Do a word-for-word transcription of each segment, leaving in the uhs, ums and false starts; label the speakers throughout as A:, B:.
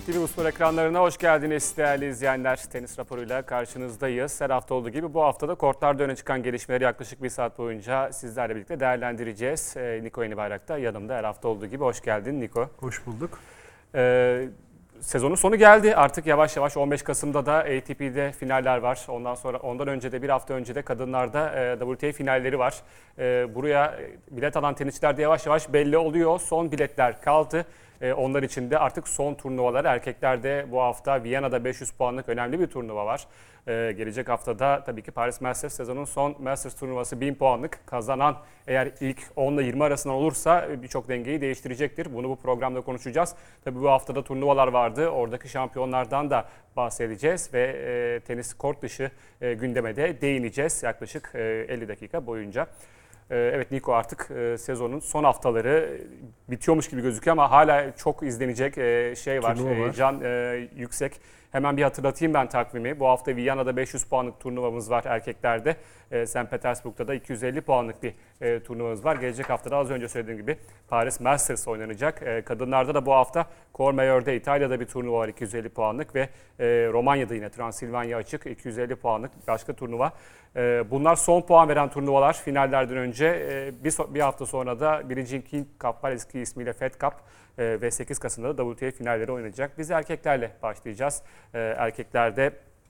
A: T V Spor ekranlarına hoş geldiniz değerli izleyenler. Tenis raporuyla karşınızdayız. Her hafta olduğu gibi bu hafta da kortlarda öne çıkan gelişmeleri yaklaşık bir saat boyunca sizlerle birlikte değerlendireceğiz. Ee, Niko Yenibayrak'ta yanımda her hafta olduğu gibi. Hoş geldin Niko.
B: Hoş bulduk.
A: Ee, sezonun sonu geldi. Artık yavaş yavaş on beş Kasım'da da A T P'de finaller var. Ondan sonra ondan önce de bir hafta önce de kadınlarda e, W T A finalleri var. E, buraya bilet alan tenisçiler de yavaş yavaş belli oluyor. Son biletler kaldı. Onlar için de artık son turnuvalar. Erkeklerde bu hafta Viyana'da beş yüz puanlık önemli bir turnuva var. Ee, gelecek haftada tabii ki Paris Masters sezonun son Masters turnuvası bin puanlık. Kazanan eğer ilk on ile yirmi arasında olursa birçok dengeyi değiştirecektir. Bunu bu programda konuşacağız. Tabii bu haftada turnuvalar vardı. Oradaki şampiyonlardan da bahsedeceğiz ve e, tenis kort dışı e, gündeme de değineceğiz yaklaşık e, elli dakika boyunca. Evet Niko, artık sezonun son haftaları bitiyormuş gibi gözüküyor ama hala çok izlenecek şey var,
B: var.
A: can yüksek. Hemen bir hatırlatayım ben takvimi. Bu hafta Viyana'da beş yüz puanlık turnuvamız var erkeklerde. Sankt Petersburg'da da iki yüz elli puanlık bir turnuvamız var. Gelecek haftada az önce söylediğim gibi Paris Masters oynanacak. Kadınlarda da bu hafta Courmayeur'de İtalya'da bir turnuva var iki yüz elli puanlık ve Romanya'da yine Transilvanya açık iki yüz elli puanlık başka turnuva. Bunlar son puan veren turnuvalar finallerden önce. Bir hafta sonra da Billie King Cup var, eski ismiyle Fed Cup ve sekiz Kasım'da da W T A finalleri oynanacak. Biz erkeklerle başlayacağız. Erkeklerde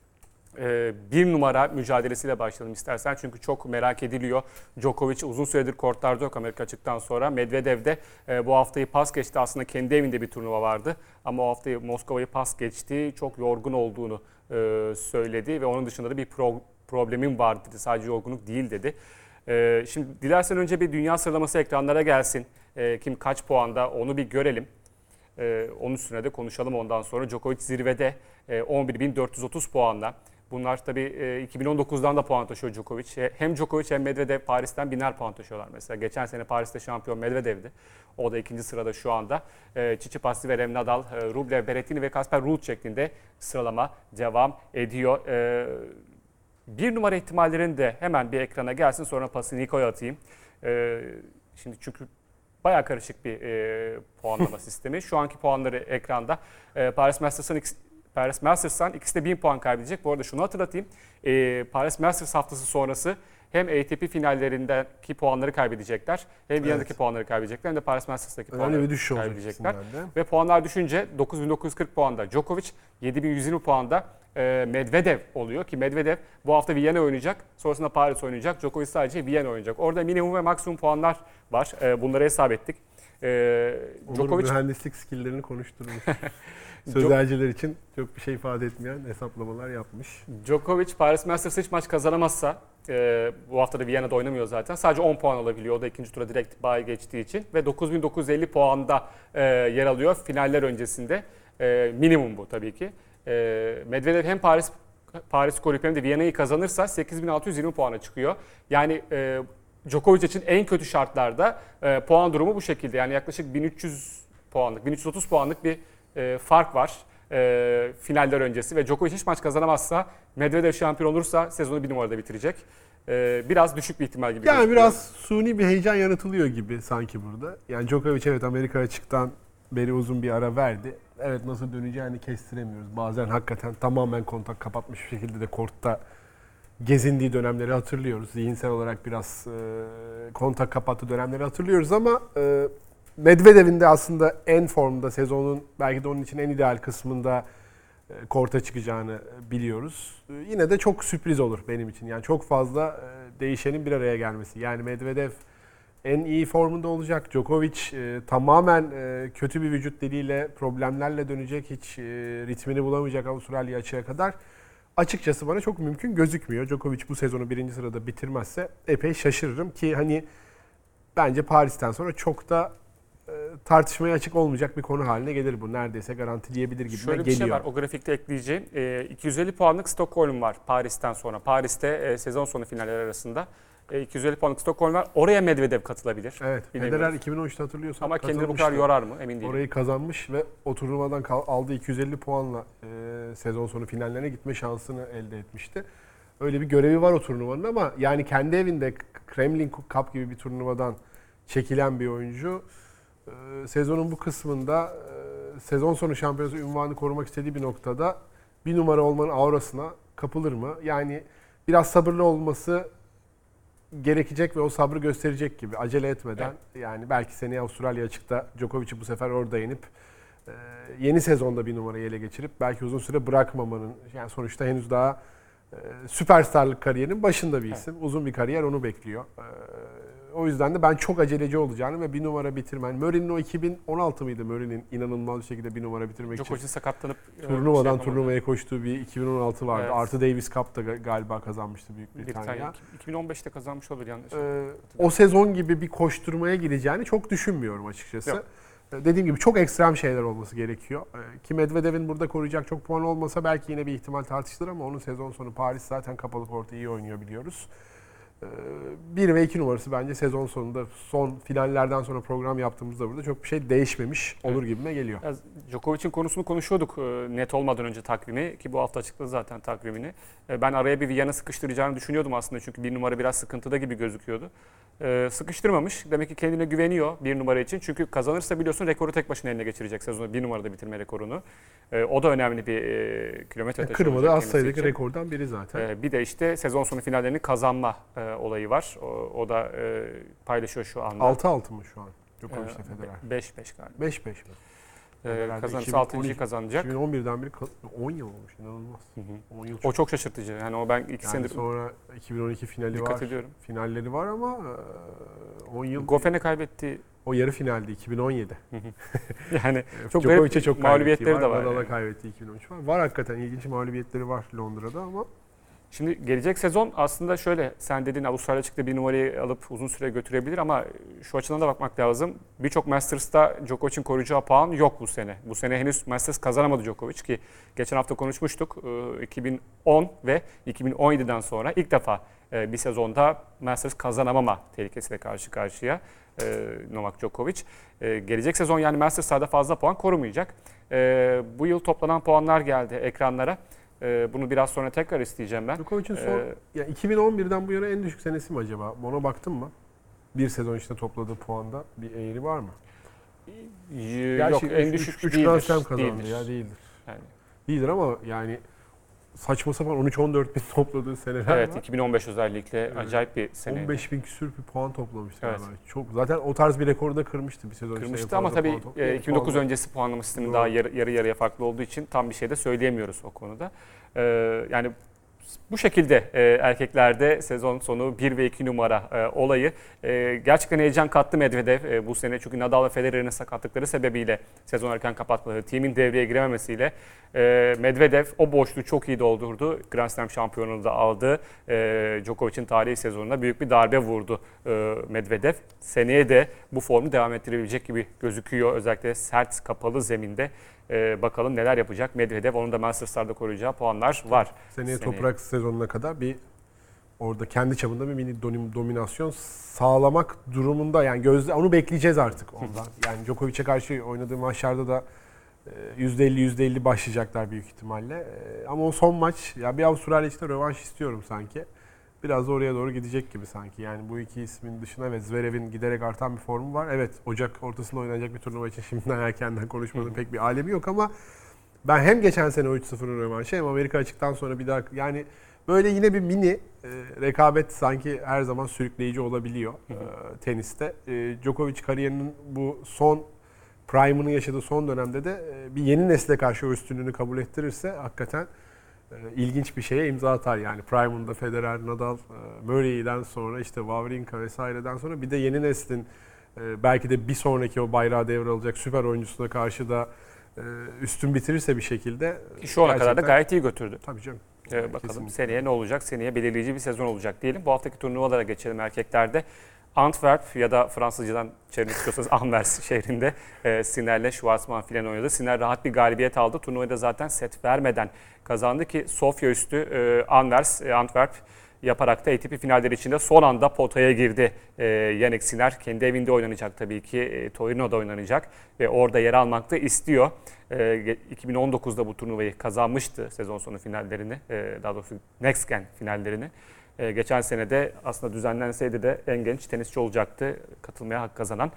A: bir numara mücadelesiyle başlayalım istersen. Çünkü çok merak ediliyor. Djokovic uzun süredir kortlarda yok Amerika açıktan sonra. Medvedev de bu haftayı pas geçti. Aslında kendi evinde bir turnuva vardı. Ama o haftayı Moskova'yı pas geçti. Çok yorgun olduğunu söyledi ve onun dışında da bir pro problemim var dedi. Sadece yorgunluk değil dedi. Ee, şimdi dilersen önce bir dünya sıralaması ekranlara gelsin. Ee, kim kaç puanda onu bir görelim. Ee, onun üstüne de konuşalım ondan sonra. Djokovic zirvede e, on bir bin dört yüz otuz puanla. Bunlar tabii e, iki bin on dokuzdan da puan taşıyor Djokovic. E, hem Djokovic hem Medvedev Paris'ten biner puan taşıyorlar mesela. Geçen sene Paris'te şampiyon Medvedev'di. O da ikinci sırada şu anda. E, Tsitsipas, Zverev, Nadal, e, Rublev, Berrettini ve Kasper Ruud şeklinde sıralama devam ediyor. E, Bir numara ihtimallerini de hemen bir ekrana gelsin, sonra pası Niko'ya atayım. Ee, şimdi çünkü bayağı karışık bir e, puanlama sistemi. Şu anki puanları ekranda. Ee, Paris Masters'ın Paris Masters'tan ikisi de bin puan kaybedecek. Bu arada şunu hatırlatayım. Ee, Paris Masters haftası sonrası hem A T P finallerindeki puanları kaybedecekler, hem Viyana'daki evet. puanları kaybedecekler, hem de Paris Masters'taki puanları kaybedecekler. Ve puanlar düşünce dokuz bin dokuz yüz kırk puanda Djokovic, yedi bin yüz yirmi puanda Medvedev oluyor ki Medvedev bu hafta Viyana oynayacak, sonrasında Paris oynayacak. Djokovic sadece Viyana oynayacak. Orada minimum ve maksimum puanlar var. Bunları hesap ettik.
B: Olur, Djokovic mühendislik skilllerini konuşturmuş. Sözelciler için çok bir şey ifade etmeyen hesaplamalar yapmış.
A: Djokovic Paris Masters'ı hiç maç kazanamazsa, e, bu hafta da Viyana'da oynamıyor zaten. Sadece on puan alabiliyor. O da ikinci tura direkt bye geçtiği için. Ve dokuz bin dokuz yüz elli puanda e, yer alıyor finaller öncesinde. E, minimum bu tabii ki. E, Medvedev hem Paris Paris Golüp hem de Viyana'yı kazanırsa sekiz bin altı yüz yirmi puana çıkıyor. Yani e, Djokovic için en kötü şartlarda e, puan durumu bu şekilde. Yani yaklaşık bin üç yüz puanlık, bin üç yüz otuz puanlık bir e, fark var e, finaller öncesi. Ve Djokovic hiç maç kazanamazsa, Medvedev şampiyon olursa sezonu bir numarada bitirecek. E, biraz düşük bir ihtimal gibi
B: yani
A: gözüküyor.
B: Biraz suni bir heyecan yaratılıyor gibi sanki burada. Yani Djokovic evet Amerika açıktan beri uzun bir ara verdi. Evet, nasıl döneceğini kestiremiyoruz. Bazen hakikaten tamamen kontak kapatmış bir şekilde de kortta gezindiği dönemleri hatırlıyoruz. Zihinsel olarak biraz e, kontak kapattığı dönemleri hatırlıyoruz ama e, Medvedev'in de aslında en formda, sezonun belki de onun için en ideal kısmında e, korta çıkacağını biliyoruz. E, yine de çok sürpriz olur benim için. Yani çok fazla e, değişenin bir araya gelmesi. Yani Medvedev en iyi formunda olacak. Djokovic e, tamamen e, kötü bir vücut diliyle, problemlerle dönecek. Hiç e, ritmini bulamayacak Avustralya açığa kadar. Açıkçası bana çok mümkün gözükmüyor. Djokovic bu sezonu birinci sırada bitirmezse epey şaşırırım ki hani bence Paris'ten sonra çok da e, tartışmaya açık olmayacak bir konu haline gelir bu. Neredeyse garantileyebilir gibi geliyor.
A: Şöyle bir şey var, o grafikte ekleyeceğim. E, iki yüz elli puanlık Stockholm var Paris'ten sonra. Paris'te e, sezon sonu finaller arasında. iki yüz elli puanlık Stockholm var. Oraya Medvedev katılabilir.
B: Evet. Federer iki bin on üçte hatırlıyorsan
A: ama kendini bu kadar yorar mı emin değilim.
B: Orayı kazanmış ve o turnuvadan aldığı iki yüz elli puanla e, sezon sonu finallerine gitme şansını elde etmişti. Öyle bir görevi var o turnuvanın ama yani kendi evinde Kremlin Cup gibi bir turnuvadan çekilen bir oyuncu e, sezonun bu kısmında e, sezon sonu şampiyonası unvanı korumak istediği bir noktada bir numara olmanın aurasına kapılır mı? Yani biraz sabırlı olması gerekecek ve o sabrı gösterecek gibi acele etmeden. Evet. Yani belki seneye Avustralya açıkta Djokovic'i bu sefer orada yenip e, yeni sezonda bir numarayı ele geçirip belki uzun süre bırakmamanın, yani sonuçta henüz daha e, süperstarlık kariyerinin başında bir isim. Evet. Uzun bir kariyer onu bekliyor. E, o yüzden de ben çok aceleci olacağını ve bir numara bitirmen. Murray'nin o iki bin on altı mıydı Murray'nin inanılmaz bir şekilde bir numara bitirmek
A: Djokovic'in
B: için
A: sakatlanıp
B: turnuvadan şey turnuvaya koştuğu bir iki bin on altı vardı.
A: Evet.
B: Artı Davis Cup da galiba kazanmıştı Büyük Britanya.
A: iki bin on beşte kazanmış olur yanlış.
B: Ee, o sezon gibi bir koşturmaya gireceğini çok düşünmüyorum açıkçası. Yok. Dediğim gibi çok ekstrem şeyler olması gerekiyor. Ki Medvedev'in burada koruyacak çok puan olmasa belki yine bir ihtimal tartışılır ama onun sezon sonu Paris zaten kapalı kortta iyi oynuyor biliyoruz. bir ve iki numarası bence sezon sonunda son finallerden sonra program yaptığımızda burada çok bir şey değişmemiş olur evet. gibime geliyor.
A: Ya, Djokovic'in konusunu konuşuyorduk net olmadan önce takvimi ki bu hafta açıkladı zaten takvimini. Ben araya bir Viyana sıkıştıracağını düşünüyordum aslında çünkü bir numara biraz sıkıntıda gibi gözüküyordu. Sıkıştırmamış. Demek ki kendine güveniyor bir numara için. Çünkü kazanırsa biliyorsun rekoru tek başına eline geçirecek sezonu bir numarada bitirme rekorunu. O da önemli bir kilometre taşı.
B: Kırmada az sayıdaki rekordan biri zaten.
A: Bir de işte sezon sonu finallerini kazanma olayı var. O, o da paylaşıyor şu anda.
B: altı altı mı şu an? Djokovic'le Federer.
A: beş beş galiba.
B: beş beş mi?
A: Ee, kazanırsa altıncıyı kazanacak.
B: iki bin on birden beri on yıl olmuş, inanılmaz. Hı hı.
A: on yıl çok. O çok şaşırtıcı. Yani o ben iki yani senedir
B: sonra iki bin on iki finali
A: dikkat
B: var.
A: Ediyorum.
B: Finalleri var ama on yıl.
A: Goffen'e kaybetti.
B: O yarı finaldi iki bin on yedi.
A: Yani çok
B: Djokovic'e çok
A: mağlubiyetleri
B: var.
A: de var.
B: Nadal'a
A: Yani.
B: kaybetti iki bin on üç var. Var hakikaten ilginç mağlubiyetleri var Londra'da ama.
A: Şimdi gelecek sezon aslında şöyle, sen dedin Avustralya çıktı bir numarayı alıp uzun süre götürebilir ama şu açıdan da bakmak lazım. Birçok Masters'ta Djokovic'in koruyacağı puan yok bu sene. Bu sene henüz Masters kazanamadı Djokovic ki geçen hafta konuşmuştuk. iki bin on ve iki bin on yediden sonra ilk defa bir sezonda Masters kazanamama tehlikesiyle karşı karşıya Novak Djokovic. Gelecek sezon yani Masters'larda fazla puan korumayacak. Bu yıl toplanan puanlar geldi ekranlara. Bunu biraz sonra tekrar isteyeceğim ben.
B: Djokovic'in son, ee, ya iki bin on birden bu yana en düşük senesi mi acaba? Ona baktın mı? Bir sezon içinde topladığı puanda bir eğri var mı?
A: Y- Yok, en düşük
B: üç Grand Slam kazandı değildir. ya değildir. Yani. Değildir ama yani saçma sapan on üç on dört bin topladığı seneler
A: evet,
B: var.
A: Evet, iki bin on beş özellikle evet. acayip bir sene.
B: on beş bin küsür bir puan toplamıştı. Evet. Çok zaten o tarz bir rekoru da kırmıştı bir sezon.
A: Kırmıştı ama tabii iki bin dokuz öncesi puanlama sistemi daha yarı, yarı yarıya farklı olduğu için tam bir şey de söyleyemiyoruz o konuda. Ee, yani bu şekilde e, erkeklerde sezon sonu bir ve iki numara e, olayı e, gerçekten heyecan kattı Medvedev e, bu sene. Çünkü Nadal ve Federer'in sakatlıkları sebebiyle sezon erken kapatmaları, timin devreye girememesiyle e, Medvedev o boşluğu çok iyi doldurdu. Grand Slam şampiyonluğunu da aldı. E, Djokovic'in tarihi sezonuna büyük bir darbe vurdu e, Medvedev. Seneye de bu formu devam ettirebilecek gibi gözüküyor. Özellikle sert, kapalı zeminde. Ee, bakalım neler yapacak Medvedev. Onun da Masters'larda koruyacağı puanlar var.
B: Seneye, Seneye toprak sezonuna kadar bir orada kendi çapında bir mini dominasyon sağlamak durumunda. Yani gözle onu bekleyeceğiz artık ondan. Yani Djokovic'e karşı oynadığı maçlarda da yüzde elli yüzde elli başlayacaklar büyük ihtimalle. Ama o son maç ya bir Avustralya için rövanş istiyorum sanki. Biraz da oraya doğru gidecek gibi sanki. Yani bu iki ismin dışında evet Zverev'in giderek artan bir formu var. Evet Ocak ortasında oynanacak bir turnuva için şimdiden erkenden konuşmanın pek bir alemi yok ama ben hem geçen sene o üç sıfırın rövanşı hem Amerika açıktan sonra bir daha yani böyle yine bir mini e, rekabet sanki her zaman sürükleyici olabiliyor e, teniste. E, Djokovic kariyerinin bu son prime'ını yaşadığı son dönemde de e, bir yeni nesle karşı o üstünlüğünü kabul ettirirse hakikaten İlginç bir şeye imza atar yani. Prime'ında Federer, Nadal, Murray'den sonra işte Wawrinka vesaireden sonra bir de yeni neslin belki de bir sonraki o bayrağı devralacak süper oyuncusuna karşı da üstün bitirirse bir şekilde.
A: Ki şu ana kadar da gayet iyi götürdü.
B: Tabii canım.
A: Ee, bakalım kesinlikle. Seneye ne olacak? Seneye belirleyici bir sezon olacak diyelim. Bu haftaki turnuvalara geçelim erkeklerde. Antwerp ya da Fransızcadan çevirmek istiyorsanız Anvers şehrinde e, Siner'le Schwarzman filan oynadı. Siner rahat bir galibiyet aldı. Turnuvayı da zaten set vermeden kazandı ki Sofya üstü e, Anvers, e, Antwerp yaparak da A T P finalleri içinde son anda potaya girdi. E, Jannik Sinner kendi evinde oynanacak tabii ki. E, Torino'da oynanacak ve orada yer almak da istiyor. E, iki bin on dokuzda bu turnuvayı kazanmıştı sezon sonu finallerini. E, daha doğrusu Next Gen finallerini. Ee, geçen sene de aslında düzenlenseydi de en genç tenisçi olacaktı katılmaya hak kazanan.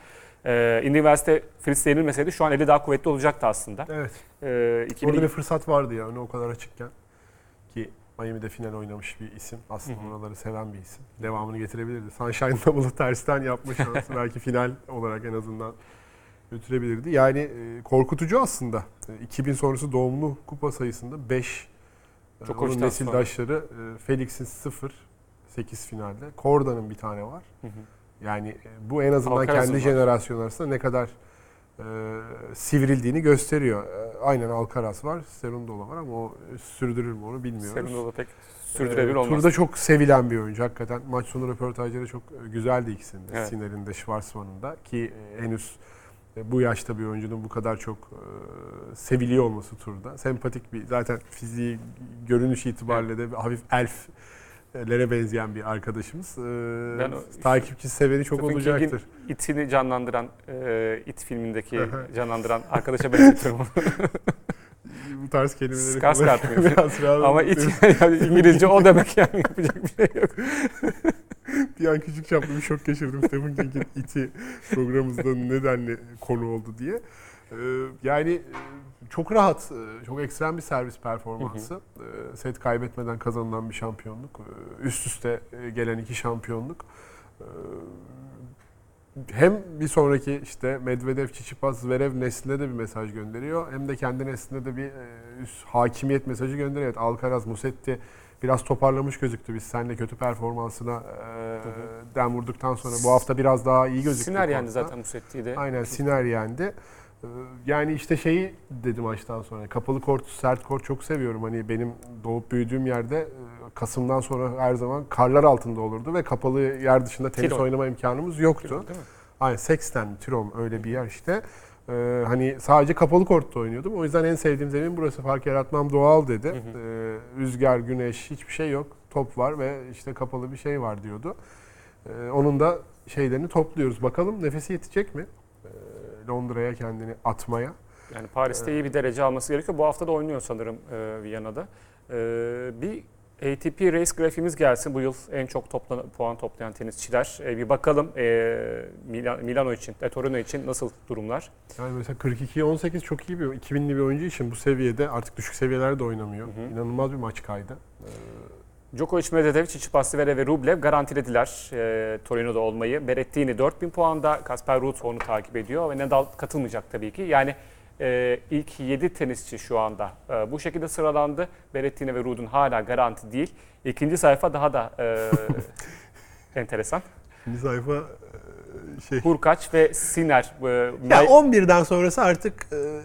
A: Ee, üniversite Fritz yenilmeseydi şu an eli daha kuvvetli olacaktı aslında.
B: Evet.
A: Ee, iki bin...
B: Orada bir fırsat vardı ya onu o kadar açıkken ki Miami'de final oynamış bir isim. Aslında
A: Hı hı.
B: oraları seven bir isim. Devamını getirebilirdi. Sunshine Double'ı tersten yapma şansı belki final olarak en azından götürebilirdi. Yani e, korkutucu aslında. E, iki bin sonrası doğumlu kupa sayısında beş.
A: Çok
B: Onun
A: hoş
B: nesildaşları e, Felix'in sıfır, sekiz finalde. Corda'nın bir tane var.
A: Hı hı.
B: Yani e, bu en azından
A: Alcaraz'ın
B: kendi
A: var.
B: jenerasyon arasında ne kadar e, sivrildiğini gösteriyor. E, aynen Alcaraz var, Cerundolo var ama o e, sürdürür mü onu bilmiyoruz.
A: Cerundolo pek sürdürebilir
B: E,
A: olmaz.
B: Turda çok sevilen bir oyuncu hakikaten. Maç sonu röportajları çok e, güzeldi ikisinin de.
A: Evet.
B: Sinner'in de Schwarzman'ın da ki e, henüz e, bu yaşta bir oyuncunun bu kadar çok e, seviliyor olması turda. Sempatik bir zaten fiziği, görünüş itibariyle de bir hafif elflere benzeyen bir arkadaşımız. E,
A: Ben o-
B: takipçi seveni çok
A: Stephen
B: olacaktır.
A: King'in itini canlandıran, e, it filmindeki canlandıran arkadaşa benzetiyorum onu.
B: Bu tarz kelimeleri
A: Skarsgård
B: kullan-
A: mı?
B: biraz rahat
A: Ama it yani İngilizce o demek yani yapacak bir şey yok.
B: Bir an küçük çaplı bir şok geçirdim Stephen King'in iti programımızda nedenle konu oldu diye. Ee, yani e, çok rahat, e, çok ekstrem bir servis performansı. Ee, set kaybetmeden kazanılan bir şampiyonluk. Ee, üst üste e, gelen iki şampiyonluk. Ee, hem bir sonraki işte Medvedev, Tsitsipas, Zverev nesline de bir mesaj gönderiyor. Hem de kendi nesline de bir e, üst hakimiyet mesajı gönderiyor. Evet, Alcaraz, Musetti biraz toparlamış gözüktü biz seninle kötü performansına e, den vurduktan sonra. Bu hafta biraz daha iyi gözüktü.
A: Sinner yendi
B: kortta.
A: zaten Musetti'yi de.
B: Aynen Sinner yendi. Ee, Yani işte şeyi dedi maçtan sonra. Kapalı kort, sert kort çok seviyorum. Hani benim doğup büyüdüğüm yerde e, Kasım'dan sonra her zaman karlar altında olurdu ve kapalı yer dışında tenis
A: Tirol.
B: oynama imkanımız yoktu.
A: Değil mi?
B: Aynen Sexten, Tirol öyle bir yer işte. Ee, hani sadece kapalı kortta oynuyordum. O yüzden en sevdiğim zemin burası. Fark yaratmam doğal dedi.
A: Hı hı.
B: Ee, rüzgar, güneş hiçbir şey yok. Top var ve işte kapalı bir şey var diyordu. Ee, onun da şeylerini topluyoruz. Bakalım nefesi yetecek mi? Ee, Londra'ya kendini atmaya.
A: Yani Paris'te iyi bir derece alması gerekiyor. Bu hafta da oynuyor sanırım e, Viyana'da. E, bir A T P Race grafiğimiz gelsin. Bu yıl en çok toplan, puan toplayan tenisçiler. E, bir bakalım e, Milan, Milano için, e, Torino için nasıl durumlar?
B: Yani mesela kırk ikiye on sekiz çok iyi bir iki binli bir oyuncu için bu seviyede artık düşük seviyelerde oynamıyor.
A: Hı hı.
B: İnanılmaz bir maç kaydı.
A: Djokovic, Medvedev, Tsitsipas, Zverev ve Rublev garantilediler e, Torino'da olmayı. Berrettini dört bin puanda, Kasper Ruud onu takip ediyor ve Nadal katılmayacak tabii ki. Yani e, ilk yedi tenisçi şu anda e, bu şekilde sıralandı. Berrettini ve Ruud'un hala garanti değil. İkinci sayfa daha da e, enteresan.
B: Şimdi sayfa e, şey...
A: Hurkaç ve Sinner. E,
B: Ya
A: May-
B: on birden sonrası artık e,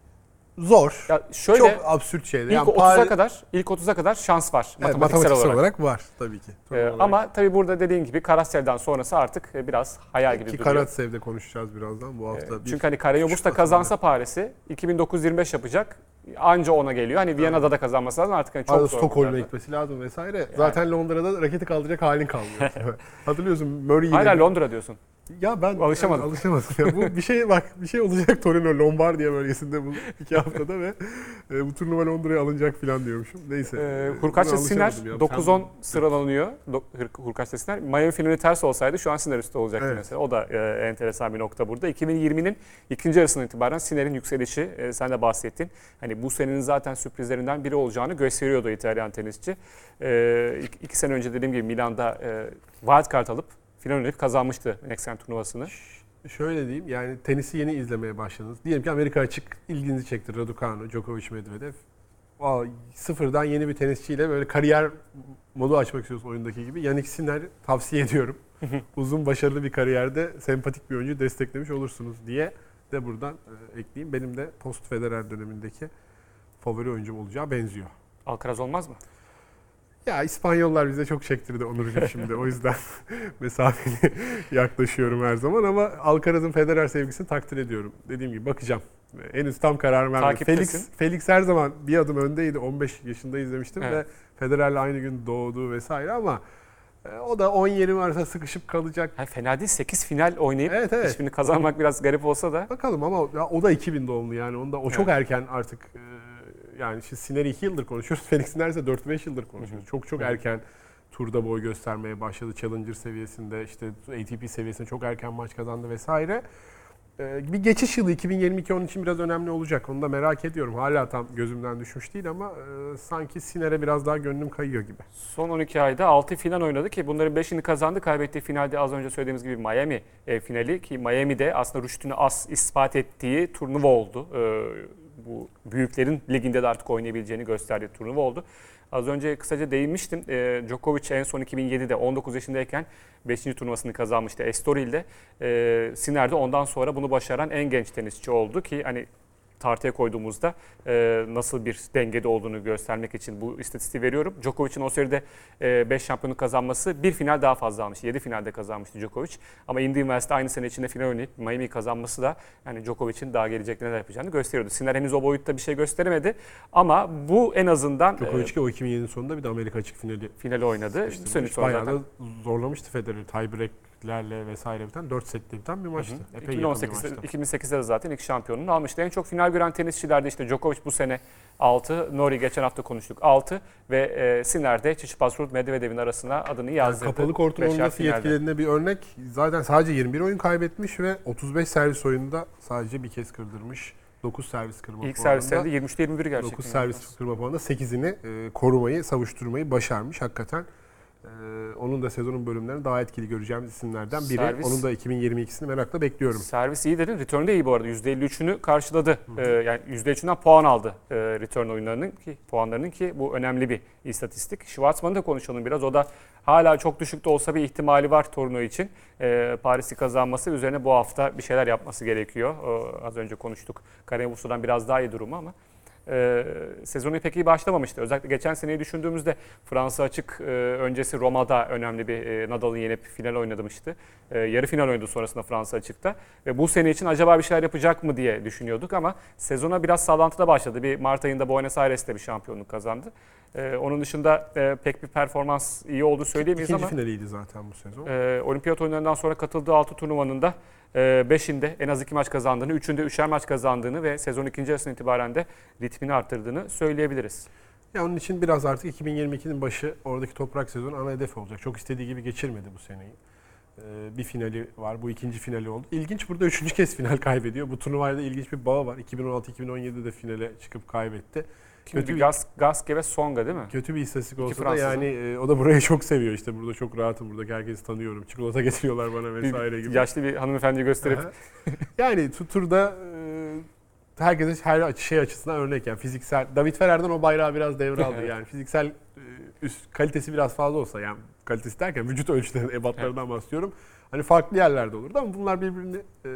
B: zor.
A: Ya şöyle
B: Çok absürt şeyler.
A: ilk
B: Yani
A: otuza
B: Paris-
A: kadar ilk otuza kadar şans var
B: Evet,
A: matematiksel,
B: matematiksel
A: olarak.
B: olarak. var tabii ki.
A: E,
B: Turnuva olarak.
A: ama tabii burada dediğin gibi Karasev'den sonrası artık e, biraz hayal gibi
B: Ki
A: duruyor.
B: Karatsev'de konuşacağız birazdan bu hafta.
A: Ee,
B: bir
A: Çünkü hani Karayobus da
B: küçük
A: kazansa Paris'i iki bin dokuz yüz yirmi beş yapacak. Anca ona geliyor. Hani Viyana'da da kazanması lazım artık hani çok
B: Arada
A: zor.
B: Stockholm'a
A: bunlarda.
B: gitmesi lazım vesaire. Zaten Londra'da raketi kaldıracak halin kalmıyor. Hatırlıyorsun Murray yine
A: Hala
B: de-
A: Londra diyorsun.
B: Ya ben
A: Alışamadım.
B: ben alışamadım. Ya bu bir şey bak bir şey olacak Torino Lombardiya bölgesinde bu iki haftada ve e, bu turnuva Londra'ya alınacak falan diyormuşum. Neyse.
A: Ee,
B: e,
A: Hurkaç'la
B: buna
A: Sinner
B: alışamadım ya.
A: dokuz on sıralanıyor. Do- Hur- Hurkaç'la Sinner. Miami finali ters olsaydı şu an Sinner üstü olacaktı
B: Evet.
A: mesela. O da e, enteresan bir nokta burada. iki bin yirminin ikinci yarısından itibaren Sinner'in yükselişi e, sen de bahsettin. Hani bu senenin zaten sürprizlerinden biri olacağını gösteriyordu İtalyan tenisçi. E, iki, iki sene önce dediğim gibi Milan'da e, wildcard alıp final oynayıp kazanmıştı Next Gen turnuvasını.
B: Şöyle diyeyim yani tenisi yeni izlemeye başladınız. Diyelim ki Amerika açık ilginizi çekti. Raducanu, Djokovic, Medvedev. Wow, sıfırdan yeni bir tenisçiyle böyle kariyer modu açmak istiyorsun oyundaki gibi. Yannick Sinner tavsiye ediyorum. Uzun başarılı bir kariyerde sempatik bir oyuncu desteklemiş olursunuz diye de buradan e, ekleyeyim. Benim de post Federer dönemindeki favori oyuncum olacağı benziyor.
A: Alcaraz olmaz mı?
B: Ya İspanyollar bize çok çektirdi Onurcuğum şimdi. O yüzden mesafeli yaklaşıyorum her zaman ama Alcaraz'ın Federer sevgisini takdir ediyorum. Dediğim gibi bakacağım. Henüz tam karar vermedim.
A: Takiptesin.
B: Felix, Felix her zaman bir adım öndeydi. on beş yaşında izlemiştim
A: Evet.
B: ve Federer'le aynı gün doğdu vesaire ama e, o da on yirmi arasında sıkışıp kalacak.
A: Ha, fena değil. sekiz final oynayıp
B: Evet, evet.
A: hiçbirini kazanmak biraz garip olsa da.
B: Bakalım ama ya o da iki bin doğumlu yani. Onda o çok erken artık e, yani şimdi Sinner'i iki yıldır konuşuyoruz. Felix neredeyse dört beş yıldır konuşuyoruz. Çok çok
A: Hı hı.
B: erken turda boy göstermeye başladı. Challenger seviyesinde işte A T P seviyesinde çok erken maç kazandı vesaire. Ee, bir geçiş yılı iki bin yirmi iki onun için biraz önemli olacak. Onu da merak ediyorum. Hala tam gözümden düşmüş değil ama e, sanki Sinner'e biraz daha gönlüm kayıyor gibi.
A: Son on iki ayda altı final oynadı ki bunların beşini kazandı. Kaybettiği finalde az önce söylediğimiz gibi Miami e, finali ki Miami'de aslında rüştünü az ispat ettiği turnuva oldu. E, bu büyüklerin liginde de artık oynayabileceğini gösterdiği turnuva oldu. Az önce kısaca değinmiştim. E, Djokovic en son iki bin yedide on dokuz yaşındayken beşinci turnuvasını kazanmıştı Estoril'de. E, Sinner de ondan sonra bunu başaran en genç tenisçi oldu ki hani tartıya koyduğumuzda e, nasıl bir dengede olduğunu göstermek için bu istatistiği veriyorum. Djokovic'in o seride beş şampiyonluk kazanması bir final daha fazla almış. yedi finalde kazanmıştı Djokovic. Ama Indian Wells'te aynı sene içinde final oynayıp Miami'yi kazanması da yani Djokovic'in daha gelecekte neler yapacağını gösteriyordu. Sinner henüz o boyutta bir şey gösteremedi ama bu en azından
B: Djokovic ki o iki bin yedinin sonunda bir de Amerika açık finali
A: finali oynadı. Bir sene sonra
B: bayağı
A: zaten
B: da zorlamıştı Federer. Tiebreak'lerle vesaire biten dört setli biten bir maçtı. Epey
A: iki bin on sekizde,
B: yakın bir maçtı.
A: iki bin sekizde de zaten ilk şampiyonluğunu almıştı. En çok final gören tenisçilerde işte Djokovic bu sene altı, Norrie geçen hafta konuştuk altı ve e, Sinner de Tsitsipas, Ruud, Medvedev'in arasına adını yazdırdı.
B: Yani kapalı kortun
A: Beşer
B: oynaması
A: finalde.
B: yetkilerinde bir örnek. Zaten sadece yirmi bir oyun kaybetmiş ve otuz beş servis oyununda sadece bir kez kırdırmış. dokuz servis kırma
A: İlk
B: puanında.
A: servislerinde yirmi üçte yirmi bir gerçekten.
B: dokuz servis kırma puanında sekizini e, korumayı, savuşturmayı başarmış hakikaten. E, onun da sezonun bölümlerini daha etkili göreceğimiz isimlerden biri.
A: Servis-
B: Onun da iki bin yirmi ikisini merakla bekliyorum.
A: Servis iyi dedin. Return de iyi bu arada. yüzde elli üçünü karşıladı. Ee, yani yüzde üçünden puan aldı e, return oyunlarının ki puanlarının ki bu önemli bir istatistik. Schwartzman'ı da konuşalım biraz. O da hala çok düşükte olsa bir ihtimali var turnuva için. Ee, Paris'i kazanması üzerine bu hafta bir şeyler yapması gerekiyor. Ee, az önce konuştuk. Karen Busto'dan biraz daha iyi durumu ama Ee, sezonu pek iyi başlamamıştı. Özellikle geçen seneyi düşündüğümüzde Fransa açık e, öncesi Roma'da önemli bir e, Nadal'ı yenip final oynamıştı. E, yarı final oynadı sonrasında Fransa açıkta. Ve bu sene için acaba bir şeyler yapacak mı diye düşünüyorduk ama sezona biraz sallantıda başladı. Bir Mart ayında Buenos Aires'te bir şampiyonluk kazandı. E, onun dışında e, pek bir performans iyi olduğu söyleyemeyiz
B: İkinci
A: ama
B: finaliydi zaten bu sezon.
A: e, olimpiyat oyunlarından sonra katıldığı altı turnuvanın da beşinde en az iki maç kazandığını, üçünde üçer maç kazandığını ve sezon ikinci yarısından itibaren de ritmini arttırdığını söyleyebiliriz.
B: Ya onun için biraz artık iki bin yirmi ikinin başı oradaki toprak sezonu ana hedef olacak. Çok istediği gibi geçirmedi bu seneyi. Ee, bir finali var. Bu ikinci finali oldu. İlginç, burada üçüncü kez final kaybediyor. Bu turnuvayla ilginç bir bağı var. iki bin on altı iki bin on yedide de finale çıkıp kaybetti.
A: Şimdi
B: Kötü
A: bir
B: bir-
A: Gas, Gaske ve Songa değil mi?
B: Kötü bir istatistik
A: İki
B: olsa da
A: Fransızın.
B: yani e, o da burayı çok seviyor. İşte burada çok rahatım. Buradaki herkesi tanıyorum. Çikolata getiriyorlar bana vesaire
A: Bir
B: gibi.
A: yaşlı bir hanımefendiyi gösterip
B: Aha. Yani tu- turda e, herkese her açı- şey açısından örnek yani fiziksel. David Ferrer'den o bayrağı biraz devraldı
A: Evet.
B: yani fiziksel e, üst kalitesi biraz fazla olsa yani kalitesi derken vücut ölçülerinin ebatlarından bahsediyorum. Hani farklı yerlerde olurdu ama bunlar birbirini e,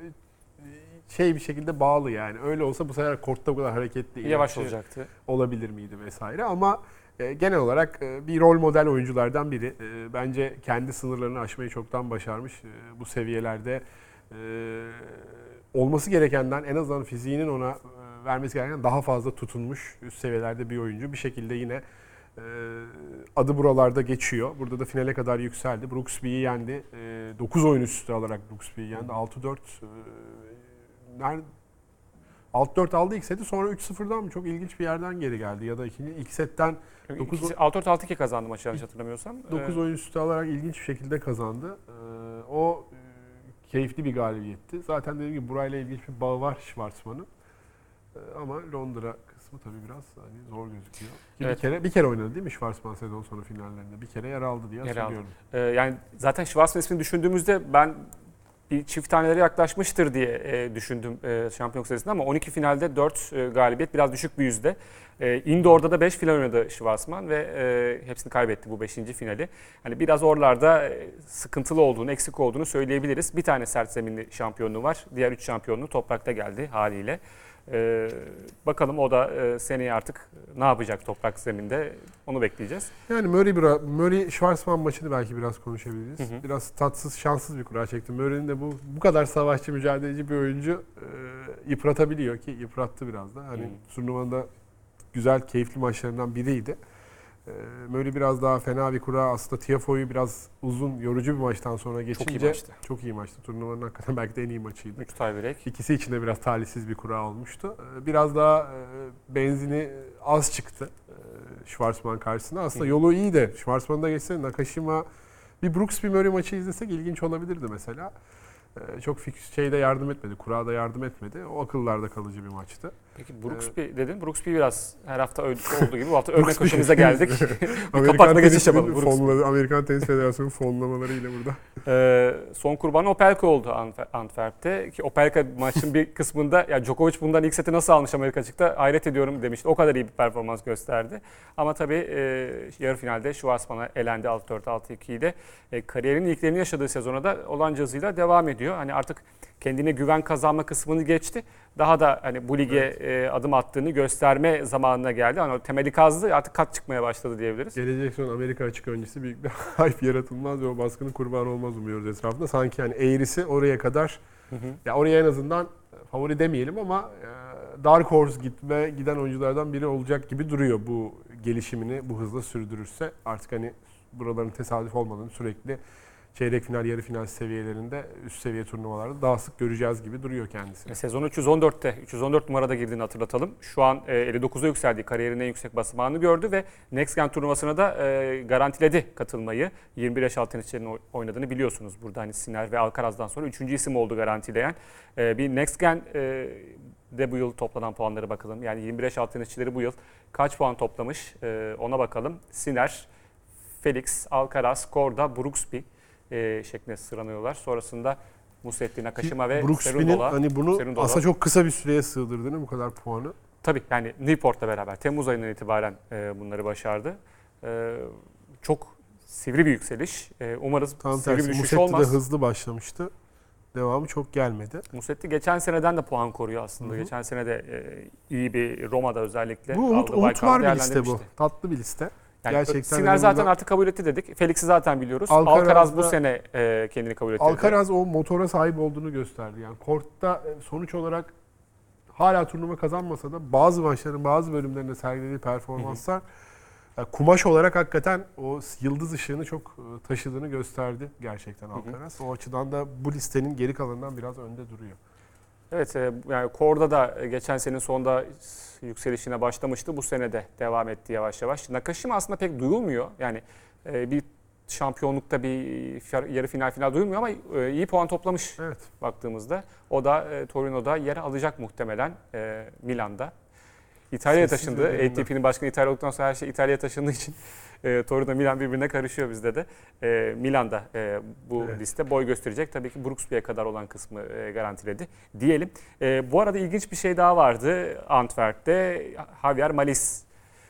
B: şey bir şekilde bağlı yani. Öyle olsa bu sefer kortta bu kadar hareketli
A: yavaş
B: inatçı
A: olacaktı.
B: olabilir miydi vesaire ama e, genel olarak e, bir rol model oyunculardan biri. E, bence kendi sınırlarını aşmayı çoktan başarmış. E, bu seviyelerde e, olması gerekenden en azından fiziğinin ona e, vermesi gereken daha fazla tutunmuş üst seviyelerde bir oyuncu. Bir şekilde yine e, adı buralarda geçiyor. Burada da finale kadar yükseldi. Brooksby'yi yendi. E, dokuz oyun üstü alarak Brooksby'yi yendi. altı dört e, nerede? altı dört aldı ilk seti, sonra üç sıfırdan mı çok ilginç bir yerden geri geldi ya da ikinci ilk setten dokuz
A: İkisi- altı dört altı iki kazandı maçı yanlış hatırlamıyorsam.
B: dokuz
A: Ee,
B: oyun üstü alarak ilginç bir şekilde kazandı. Ee, o e, keyifli bir galibiyetti. Zaten dediğim gibi burayla ilginç bir bağı var Schwartzman'ın. Ee, ama Londra kısmı tabii biraz hani zor gözüküyor. Ki
A: Evet.
B: Bir kere bir kere oynadı değil mi Schwartzman sezon sonu finallerinde? Bir kere yer aldı diye
A: Yer aldı.
B: hatırlıyorum.
A: Ee, yani zaten Schwarzman ismini düşündüğümüzde ben bir çift tanelere yaklaşmıştır diye e, düşündüm e, şampiyonluk serisinde ama on iki finalde dört e, galibiyet biraz düşük bir yüzde. E, Indoor'da da beş final oynadı Schwarzman ve e, hepsini kaybetti bu beşinci finali. Hani biraz oralarda e, sıkıntılı olduğunu, eksik olduğunu söyleyebiliriz. Bir tane sert zeminli şampiyonluğu var. Diğer üç şampiyonluğu toprakta geldi haliyle. Ee, bakalım o da e, seneye artık ne yapacak toprak zeminde onu bekleyeceğiz.
B: Yani Murray, bira- Murray Schwarzman maçını belki biraz konuşabiliriz.
A: Hı hı.
B: Biraz tatsız, şanssız bir kura çekti. Murray'nin de bu bu kadar savaşçı, mücadeleci bir oyuncu e, yıpratabiliyor ki yıprattı biraz da. Hani
A: Hı.
B: turnuvanın da güzel, keyifli maçlarından biriydi. E, Murray biraz daha fena bir kura. Aslında Tiafoe'yu biraz uzun, yorucu bir maçtan sonra geçince
A: maçtı.
B: çok iyi maçtı. Turnuvanın hakikaten belki de en iyi maçıydı.
A: üç tiebreak.
B: İkisi için de biraz talihsiz bir kura olmuştu. Ee, Biraz daha e, benzini az çıktı e, Schwarzman karşısında. Aslında
A: Hı.
B: yolu iyi de Schwarzman'ı da geçse Nakashima bir Brooks bir Murray maçı izlesek ilginç olabilirdi mesela. e, çok fix şeyde yardım etmedi. Kura da yardım etmedi. O akıllarda kalıcı bir maçtı.
A: Peki Brooksby ee, dedin. Brooksby biraz her hafta olduğu gibi bu hafta övme
B: Brooksby
A: köşemize geldik.
B: Amerikan
A: Kapatma geçiş yapalım.
B: Fonladı, Amerikan Tenis Federasyonu fonlamalarıyla burada.
A: Ee, son kurbanı Opelka oldu Antwerp'te. Ki Opelka maçın bir kısmında ya Djokovic bundan ilk seti nasıl almış Amerika açıkta hayret ediyorum demişti. O kadar iyi bir performans gösterdi. Ama tabii e, yarı finalde Schwartzman'a elendi altı dört altı iki ile. E, kariyerinin ilklerini yaşadığı sezona da olan hızıyla devam ediyor. Hani artık kendine güven kazanma kısmını geçti. Daha da hani bu lige evet. e, adım attığını gösterme zamanına geldi. Hani o temeli kazdı, artık kat çıkmaya başladı diyebiliriz.
B: Gelecek son Amerika açık öncesi büyük bir hype yaratılmaz ve o baskının kurbanı olmaz umuyoruz etrafında. Sanki yani eğrisi oraya kadar, hı hı. ya oraya en azından favori demeyelim ama e, Dark Horse gitme giden oyunculardan biri olacak gibi duruyor bu gelişimini bu hızla sürdürürse. Artık hani buraların tesadüf olmadığını sürekli çeyrek final, yarı final seviyelerinde üst seviye turnuvalarda daha sık göreceğiz gibi duruyor kendisi.
A: Sezon üç yüz on dörtte, üç yüz on dört numarada girdiğini hatırlatalım. Şu an elli dokuza yükseldiği kariyerinin en yüksek basamağını gördü ve Next Gen turnuvasına da garantiledi katılmayı. yirmi bir yaş altı tenisçilerin oynadığını biliyorsunuz. Burada hani Sinner ve Alcaraz'dan sonra üçüncü isim oldu garantileyen. Bir Next Gen de bu yıl toplanan puanlara bakalım. Yani yirmi bir yaş altı tenisçileri bu yıl kaç puan toplamış ona bakalım. Sinner, Felix, Alcaraz, Korda, Brooksby E, şeklinde sıralanıyorlar. Sonrasında Musetti, Nakashima ve Serundola.
B: Hani bunu
A: Serundola.
B: aslında çok kısa bir süreye sığdırdığını bu kadar puanı.
A: Tabii yani Newport'la beraber Temmuz ayından itibaren e, bunları başardı. E, çok sivri bir yükseliş. E, umarız
B: Tam
A: sivri
B: tersi,
A: bir düşüş
B: Musetti
A: olmaz.
B: de hızlı başlamıştı. Devamı çok gelmedi.
A: Musetti geçen seneden de puan koruyor aslında. Hı-hı. Geçen sene de e, iyi bir Roma'da özellikle
B: bu umut, umut var bir liste bu. Tatlı bir liste.
A: Yani
B: gerçekten
A: Sinner zaten artık kabul etti dedik. Felix'i zaten biliyoruz.
B: Alcaraz,
A: Alcaraz bu sene e, kendini kabul etti.
B: Alcaraz o motora sahip olduğunu gösterdi. Yani kortta sonuç olarak hala turnuva kazanmasa da bazı maçların bazı bölümlerinde sergilediği performanslar hı hı. Yani kumaş olarak hakikaten o yıldız ışığını çok taşıdığını gösterdi gerçekten Alcaraz. Hı hı. O açıdan da bu listenin geri kalanından biraz önde duruyor.
A: Evet, yani Korda da geçen senenin sonunda yükselişine başlamıştı. Bu sene de devam etti yavaş yavaş. Nakashima aslında pek duyulmuyor. Yani bir şampiyonlukta bir yarı final final duyulmuyor ama iyi puan toplamış evet. baktığımızda. O da Torino'da yer alacak muhtemelen Milan'da. İtalya'ya taşındı. A T P'nin başkanı İtalya olduktan sonra her şey İtalya'ya taşındığı için e, Torino Milan birbirine karışıyor bizde de. E, Milan'da e, bu evet. liste boy gösterecek. Tabii ki Brooksby'ye kadar olan kısmı e, garantiledi diyelim. E, bu arada ilginç bir şey daha vardı Antwerp'te. Javier Malis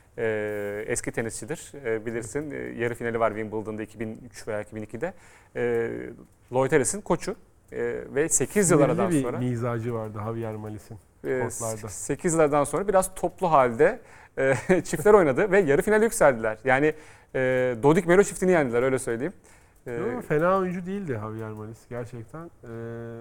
A: e, eski tenisçidir. E, bilirsin e, yarı finali var Wimbledon'da iki bin üç veya iki bin ikide. E, Lloyd Harris'in koçu e, ve sekiz yıl aradan
B: bir
A: sonra.
B: bir mizacı vardı Javier Malis'in.
A: sekiz yıllardan sonra biraz toplu halde e, çiftler oynadı ve yarı finale yükseldiler. Yani e, Dodik Melo çiftini yendiler öyle söyleyeyim.
B: E, Yo, fena oyuncu değildi Javier Malis gerçekten. E,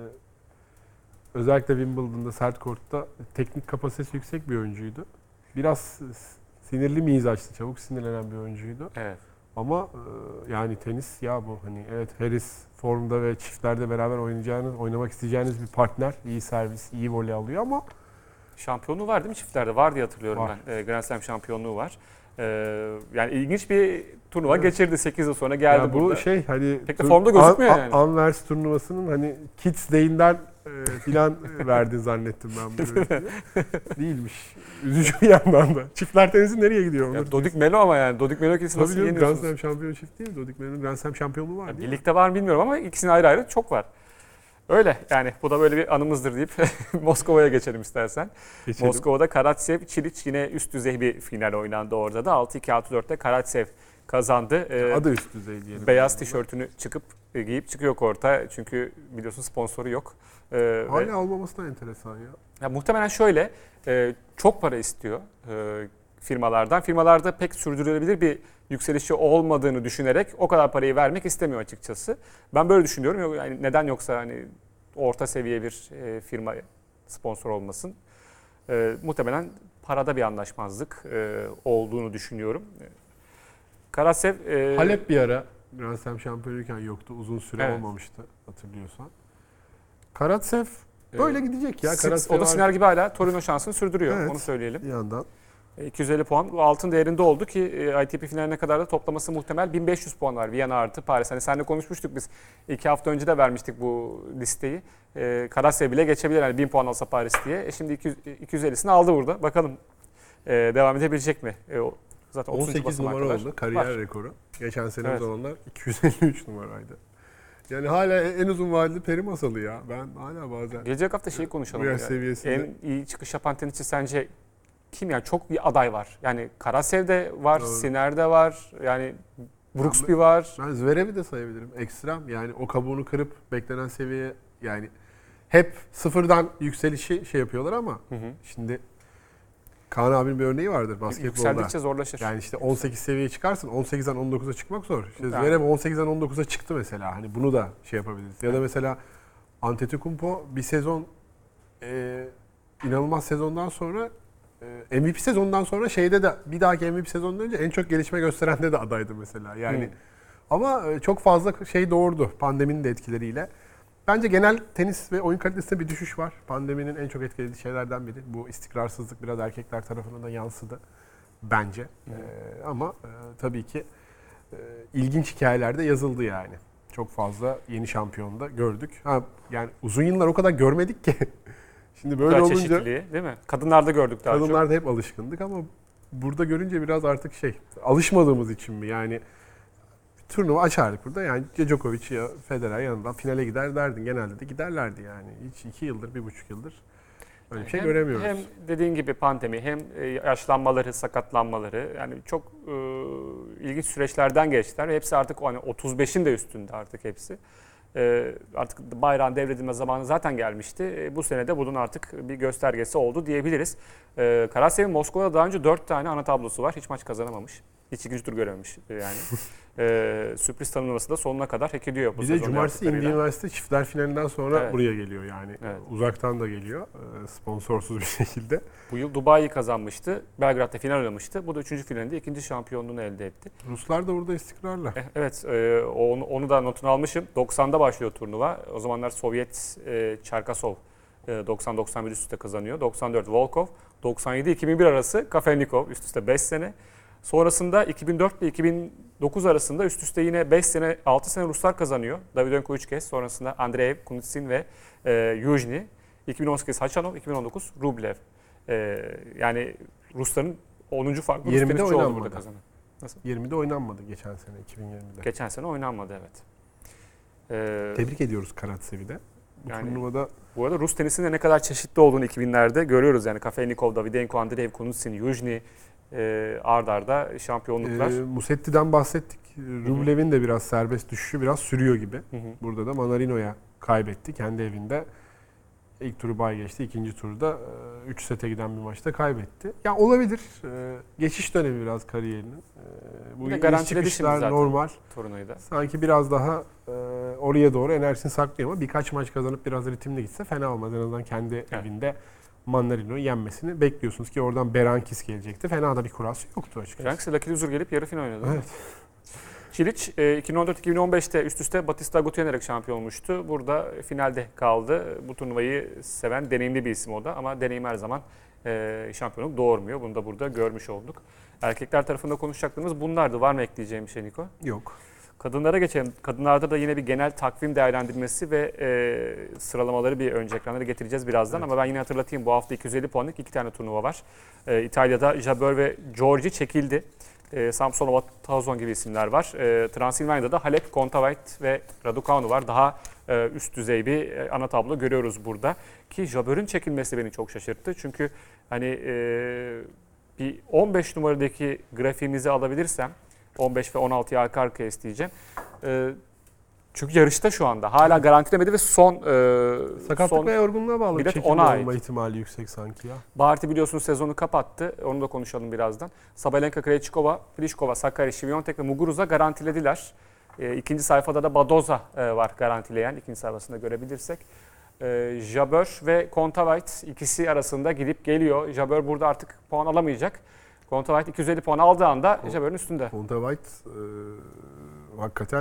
B: özellikle Wimbledon'da sert kortta teknik kapasitesi yüksek bir oyuncuydu. Biraz sinirli mizaçtı, çabuk sinirlenen bir oyuncuydu.
A: Evet.
B: Ama e, yani tenis ya bu hani evet Harris formda ve çiftlerde beraber oynayacağınız, oynamak isteyeceğiniz bir partner. İyi servis, iyi voley alıyor ama
A: şampiyonluğu var değil mi çiftlerde? Var diye hatırlıyorum var. ben. E, Grand Slam şampiyonluğu var. E, yani ilginç bir turnuva evet. geçirdi. sekiz yıl sonra geldi
B: ya bu
A: burada.
B: şey hani
A: pek de formda gözükmüyor
B: an,
A: yani.
B: Anvers turnuvasının hani Kids Day'inden e, filan verdin zannettim ben bu değilmiş. Üzücü bir yandan da. Çiftler tenisi nereye gidiyor?
A: Ya Dodik Melo ama yani. Dodik Melo ikisi nasıl yeniyorsunuz?
B: Grand Slam şampiyon çift değil mi? Dodik Melo'nun Grand Slam şampiyonluğu var.
A: Birlikte var mı bilmiyorum ama ikisinin ayrı ayrı çok var. Öyle yani bu da böyle bir anımızdır deyip Moskova'ya geçelim istersen. Geçelim. Moskova'da Karatsev, Çiliç yine üst düzey bir final oynandı orada da. altı iki altı dörtte Karatsev kazandı. Ee,
B: Adı üst düzey diyelim.
A: Beyaz yani tişörtünü çıkıp giyip çıkıyor korta çünkü biliyorsun sponsoru yok.
B: Ee, Hala ve, almaması da enteresan ya.
A: ya. Muhtemelen şöyle e, çok para istiyor e, firmalardan. Firmalarda pek sürdürülebilir bir yükselişi olmadığını düşünerek o kadar parayı vermek istemiyor açıkçası. Ben böyle düşünüyorum. Yani neden yoksa hani orta seviye bir e, firma sponsor olmasın. E, muhtemelen parada bir anlaşmazlık e, olduğunu düşünüyorum. Karatsev e,
B: Halep bir ara Grand Slam şampiyonuyken yoktu. Uzun süre evet. olmamıştı hatırlıyorsan. Karatsev böyle e, gidecek ya.
A: Karatsev o da Sinner gibi hala Torino şansını sürdürüyor.
B: Evet,
A: onu söyleyelim.
B: Bir yandan.
A: iki yüz elli puan bu altın değerinde oldu ki e, I T F finaline kadar da toplaması muhtemel bin beş yüz puan var Viyana artı Paris. Hani seninle konuşmuştuk biz. iki hafta önce de vermiştik bu listeyi. E, Karatsev bile geçebilir yani bin puan alsa Paris diye. E, şimdi iki yüz, iki yüz ellisini aldı burada. Bakalım e, devam edebilecek mi? E, o, zaten
B: on sekiz numara
A: kadar
B: oldu kariyer
A: var.
B: rekoru. Geçen sene
A: Evet.
B: o zamanlar iki yüz elli üç numaraydı. Yani hala en uzun vadeli peri masalı ya. Ben hala bazen
A: Gelecek hafta şeyi konuşalım.
B: bu yaş
A: Yani.
B: seviyesinde.
A: En iyi çıkış yapan tenisçi sence kim yani? Çok bir aday var. Yani Karasev'de var,
B: Doğru.
A: Siner'de var. Yani Brooksby var.
B: Ben Zverev'i de sayabilirim. Ekstrem yani o kabuğunu kırıp beklenen seviyeye yani hep sıfırdan yükselişi şey yapıyorlar ama
A: Hı hı.
B: şimdi Kaan abinin bir örneği vardır basketbolda.
A: Yükseldikçe zorlaşır.
B: Yani işte on sekiz seviyeye çıkarsın, on sekizden on dokuza çıkmak zor. İşte
A: Yani.
B: Zverev on sekizden on dokuza çıktı mesela. Hani bunu da şey yapabiliriz. Ya da mesela Antetokounmpo bir sezon e, inanılmaz sezondan sonra e, M V P sezonundan sonra şeyde de bir dahaki M V P sezonundan önce en çok gelişme gösterende de adaydı mesela. Yani
A: Hı.
B: ama e, çok fazla şey doğurdu pandeminin de etkileriyle. Bence genel tenis ve oyun kalitesinde bir düşüş var. Pandeminin en çok etkilediği şeylerden biri. Bu istikrarsızlık biraz erkekler tarafından da yansıdı bence. Ee, ama e, tabii ki e, ilginç hikayeler de yazıldı yani. Çok fazla yeni şampiyon da gördük. Ha, yani uzun yıllar o kadar görmedik ki. Şimdi böyle
A: Böyle
B: olunca
A: çeşitliliği değil mi? Kadınlarda gördük daha çok.
B: kadınlarda hep alışkındık ama burada görünce biraz artık şey alışmadığımız için mi yani turnuva açardık burada yani ya Djokovic ya Federer yanından finale gider derdin. Genelde de giderlerdi yani. Hiç iki yıldır, bir buçuk yıldır öyle bir şey
A: hem,
B: göremiyoruz.
A: Hem dediğin gibi pandemi hem e, yaşlanmaları, sakatlanmaları yani çok e, ilginç süreçlerden geçtiler. Hepsi artık hani otuz beşin de üstünde artık hepsi. E, artık bayrağın devredilme zamanı zaten gelmişti. E, bu sene de bunun artık bir göstergesi oldu diyebiliriz. E, Karasev'in Moskova'da daha önce dört tane ana tablosu var. Hiç maç kazanamamış. Hiç ikinci tur görememiş yani. e, sürpriz tanımlaması da sonuna kadar hak ediyor bu
B: Bir de
A: sezon
B: cumartesi
A: yaptıklarıyla.
B: Indy Üniversite çiftler finalinden sonra
A: Evet.
B: buraya geliyor yani.
A: Evet.
B: Uzaktan da geliyor. e, Sponsorsuz bir şekilde.
A: Bu yıl Dubai'yi kazanmıştı. Belgrad'da final oynamıştı. Bu da üçüncü finalinde ikinci şampiyonluğunu elde etti.
B: Ruslar da burada istikrarla.
A: Eh, Evet, e, onu, onu da notunu almışım. doksanda başlıyor turnuva. O zamanlar Sovyet e, Çerkasov e, doksan doksan bir üst üste kazanıyor. doksan dört Volkov, doksan yedi iki bin bir arası Kafelnikov üst üste beş sene. Sonrasında iki bin dört ile iki bin dokuz arasında üst üste yine beş sene, altı sene Ruslar kazanıyor. Davydenko üç kez, sonrasında Andreev, Kunitsin ve e, Yuzhny. iki bin on sekiz Hachanov, iki bin on dokuz Rublev. E, yani Rusların onuncu farklı Rus
B: yirmide
A: tenisçi oldu
B: oynanmadı.
A: burada kazanan.
B: yirmide oynanmadı geçen sene iki bin yirmide.
A: Geçen sene oynanmadı evet. Ee,
B: Tebrik ediyoruz Karatsev'i de. Bu
A: Yani-
B: turnuvada
A: bu arada Rus tenisinin ne kadar çeşitli olduğunu iki binlerde görüyoruz. Yani Kafelnikov, Davydenko, Andreev, Kunitsin, Yuzhny e, ard arda şampiyonluklar.
B: e, Musetti'den bahsettik. Rublev'in de biraz serbest düşüşü biraz sürüyor gibi.
A: Hı hı.
B: Burada da Manarino'ya kaybetti kendi evinde. İlk turu bay geçti. İkinci turda üç sete giden bir maçta kaybetti. Ya olabilir. E, geçiş dönemi biraz kariyerinin. E, bu
A: Bir de
B: iniş
A: garantiledi şimdi
B: çıkışlar
A: zaten.
B: normal.
A: Turnuvayı da.
B: Sanki biraz daha e, oraya doğru enerjisini saklıyor ama birkaç maç kazanıp biraz ritimli gitse fena olmaz. En azından kendi evinde Manarino'yu yenmesini bekliyorsunuz ki oradan Berankis gelecekti. Fena da bir kurası yoktu açıkçası.
A: Frank Lakiluzur gelip yarı final oynadı.
B: Evet.
A: Çiliç e, iki bin on dört iki bin on beşte üst üste Batista Agut'u yenerek şampiyon olmuştu. Burada finalde kaldı. Bu turnuvayı seven deneyimli bir isim o da ama deneyim her zaman e, şampiyonluk doğurmuyor. Bunu da burada görmüş olduk. Erkekler tarafında konuşacaklarımız bunlardı. Var mı ekleyeceğim bir şey Niko?
B: Yok.
A: Kadınlara geçelim. Kadınlarda da yine bir genel takvim değerlendirmesi ve e, sıralamaları bir önce ekranlara getireceğiz birazdan.
B: Evet.
A: Ama ben yine hatırlatayım bu hafta iki yüz elli puanlık iki tane turnuva var. E, İtalya'da Jabeur ve Giorgi çekildi. E, Samsonova, Tauson gibi isimler var. E, Transilvanya'da da Halep, Kontaveit ve Raducanu var. Daha e, üst düzey bir e, ana tablo görüyoruz burada. Ki Jabeur'ün çekilmesi beni çok şaşırttı. Çünkü hani e, bir on beş numaradaki grafiğimizi alabilirsem on beş ve on altıyı arka arkaya isteyeceğim. Ee, çünkü yarışta şu anda. Hala garantilemedi ve son... E,
B: Sakatlık
A: son
B: ve yorgunluğa bağlı bir
A: bilet
B: çekilme
A: ona ait.
B: olma ihtimali yüksek sanki ya.
A: Barty biliyorsunuz sezonu kapattı. Onu da konuşalım birazdan. Sabalenka, Krejcikova, Pliskova, Sakkari, Świątek ve Muguruza garantilediler. E, ikinci sayfada da Badoza e, var garantileyen. İkinci sayfasında görebilirsek. E, Jabeur ve Kontaveit ikisi arasında gidip geliyor. Jabeur burada artık puan alamayacak. Kontaveit iki yüz elli puan aldığı anda Jabeur'ün üstünde.
B: Kontaveit e, hakikaten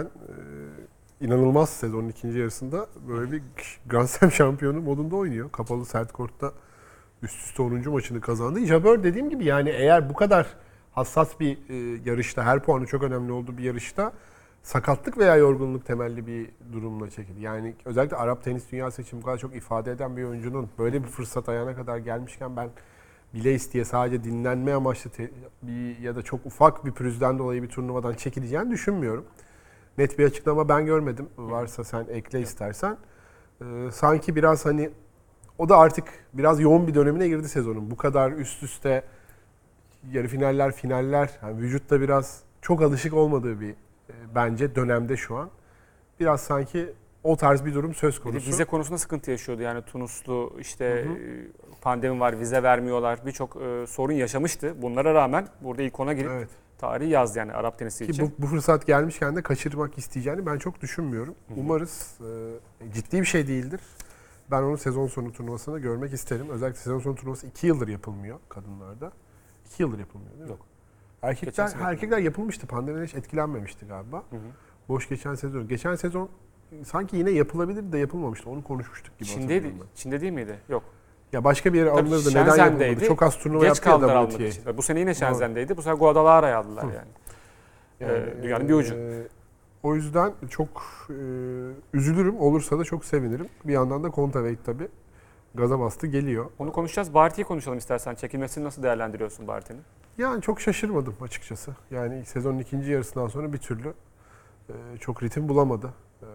B: e, inanılmaz sezonun ikinci yarısında böyle bir Grand Slam şampiyonu modunda oynuyor. Kapalı sert kortta üst üste onuncu maçını kazandı. Jabeur dediğim gibi yani eğer bu kadar hassas bir e, yarışta, her puanı çok önemli olduğu bir yarışta sakatlık veya yorgunluk temelli bir durumla çekildi. Yani özellikle Arap tenis dünyası için bu kadar çok ifade eden bir oyuncunun böyle bir fırsat ayağına kadar gelmişken ben bile isteye sadece dinlenme amaçlı te- bir ya da çok ufak bir pürüzden dolayı bir turnuvadan çekileceğini düşünmüyorum. Net bir açıklama ben görmedim. Varsa sen ekle istersen. Ee, sanki biraz hani o da artık biraz yoğun bir dönemine girdi sezonun. Bu kadar üst üste yarı finaller, finaller, yani vücutta biraz çok alışık olmadığı bir e, bence dönemde şu an. Biraz sanki o tarz bir durum söz
A: Bir de
B: konusu.
A: vize konusunda sıkıntı yaşıyordu. Yani Tunuslu işte
B: Hı hı.
A: e, pandemi var, vize vermiyorlar. Birçok e, sorun yaşamıştı. Bunlara rağmen burada ilk ona girip
B: Evet.
A: tarihi yazdı yani Arap tenisi
B: Ki
A: için.
B: bu, bu fırsat gelmişken de kaçırmak isteyeceğini ben çok düşünmüyorum.
A: Hı hı.
B: Umarız e, ciddi bir şey değildir. Ben onu sezon sonu turnuvasında görmek isterim. Özellikle sezon sonu turnuvası iki yıldır yapılmıyor kadınlarda. iki yıldır yapılmıyor değil mi?
A: Yok.
B: Erkekler,
A: Geçen sene
B: erkekler yapılmıştı. Pandemiden hiç etkilenmemişti galiba.
A: Hı hı.
B: Boş geçen sezon. Geçen sezon sanki yine yapılabilir de yapılmamıştı. Onu konuşmuştuk gibi
A: Çin'deydi.
B: hatırlıyorum ben.
A: Çin'de değil miydi? Yok.
B: Ya başka bir yere
A: Tabii
B: alınırdı. Neden
A: Shenzhen'deydi.
B: yapılmadı? Çok az turnuva
A: Geç
B: yaptı ya
A: kaldılar almak
B: W T A.
A: için. Bu sene yine Shenzhen'deydi. Bu sefer Guadalajara'ya aldılar
B: Hı.
A: yani.
B: Yani,
A: Ee, dünyanın bir ucu.
B: e, o yüzden çok e, üzülürüm. Olursa da çok sevinirim. Bir yandan da Kontaveit tabii gaza bastı geliyor.
A: Onu konuşacağız. Barty'yi konuşalım istersen. Çekilmesini nasıl değerlendiriyorsun Barty'nin?
B: Yani çok şaşırmadım açıkçası. Yani sezonun ikinci yarısından sonra bir türlü e, çok ritim bulamadı. E,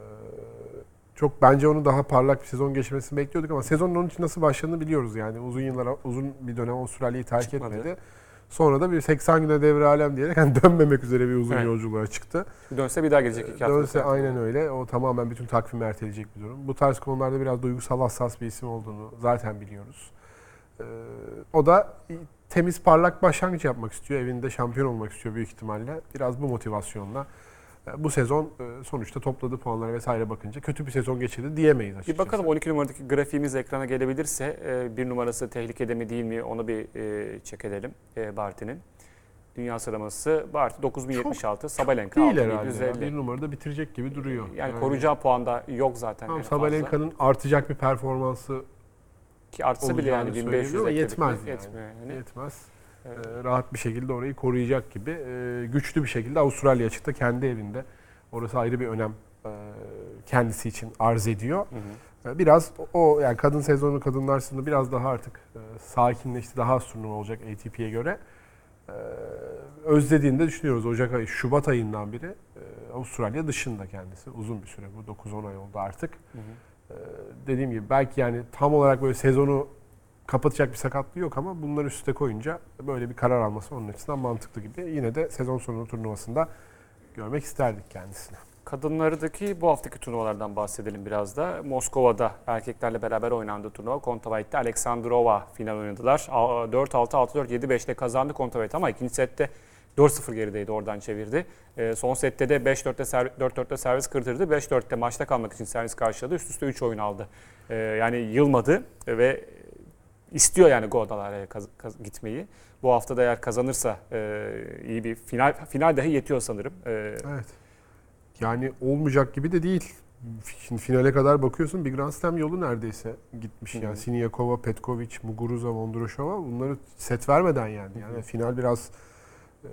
B: çok bence onu daha parlak bir sezon geçirmesini bekliyorduk ama sezonun onun için nasıl başladığını biliyoruz yani. Uzun yıllar, uzun bir dönem Avustralya'yı terk
A: Çıkmadı.
B: etmedi. Sonra da bir seksen güne devre alem diyerek hani dönmemek üzere bir uzun
A: Evet.
B: yolculuğa çıktı.
A: Dönse bir daha gelecek iki hafta.
B: Dönse aynen öyle. O tamamen bütün takvimi erteleyecek bir durum. Bu tarz konularda biraz duygusal hassas bir isim olduğunu zaten biliyoruz. Ee, o da temiz parlak başlangıç yapmak istiyor. Evinde şampiyon olmak istiyor büyük ihtimalle. Biraz bu motivasyonla. Bu sezon sonuçta topladığı puanlara vesaire bakınca kötü bir sezon geçirdi diyemeyiz açıkçası.
A: Bir bakalım on iki numaradaki grafiğimiz ekrana gelebilirse bir numarası tehlikede mi değil mi onu bir check edelim Barty'nin. Dünya sıralaması Barty dokuz bin yetmiş altı, Sabalenka
B: değil
A: altı bin
B: herhalde.
A: yüz
B: Ya.
A: elli.
B: Bir numarada bitirecek gibi duruyor.
A: Yani, yani koruyacağı puan da yok zaten.
B: Tamam,
A: en fazla.
B: Sabalenka'nın artacak bir performansı
A: Ki artsa bile yani bin beş yüz
B: ama
A: ekledik
B: yetmez
A: mi?
B: yani.
A: Yetmiyor yani.
B: Yetmez.
A: Evet.
B: Ee, rahat bir şekilde orayı koruyacak gibi. Ee, güçlü bir şekilde Avustralya açıkta kendi evinde. Orası ayrı bir önem e, kendisi için arz ediyor.
A: Hı hı.
B: Biraz o yani kadın sezonu kadınlar sezonu biraz daha artık e, sakinleşti. Daha az turnuva olacak A T P'ye göre. E, özlediğini de düşünüyoruz. Ocak ayı, Şubat ayından beri e, Avustralya dışında kendisi. Uzun bir süre bu. dokuz on ay oldu artık.
A: Hı hı.
B: E, dediğim gibi belki yani tam olarak böyle sezonu kapatacak bir sakatlığı yok ama bunları üste koyunca böyle bir karar alması onun açısından mantıklı gibi. Yine de sezon sonu turnuvasında görmek isterdik kendisini.
A: Kadınlardaki bu haftaki turnuvalardan bahsedelim biraz da. Moskova'da erkeklerle beraber oynandı turnuva. Kontaveit'te Aleksandrova final oynadılar. dört altı, altı dört, yedi beşte kazandı Kontaveit ama ikinci sette dört sıfır gerideydi, oradan çevirdi. E, son sette de beş dörtte servis, dört dörtte servis kırdırdı. beş dörtte maçta kalmak için servis karşıladı. Üst üste üç oyun aldı. E, yani yılmadı ve istiyor yani Guadalajara'ya gitmeyi. Bu hafta da eğer kazanırsa e, iyi bir final final dahi yetiyor sanırım. E,
B: Evet. Yani olmayacak gibi de değil. Şimdi finale kadar bakıyorsun bir Grand Slam yolu neredeyse gitmiş. Yani Siniakova, Petkovic, Muguruza, Vondrousova bunları set vermeden yani. Yani Hı-hı. final biraz e,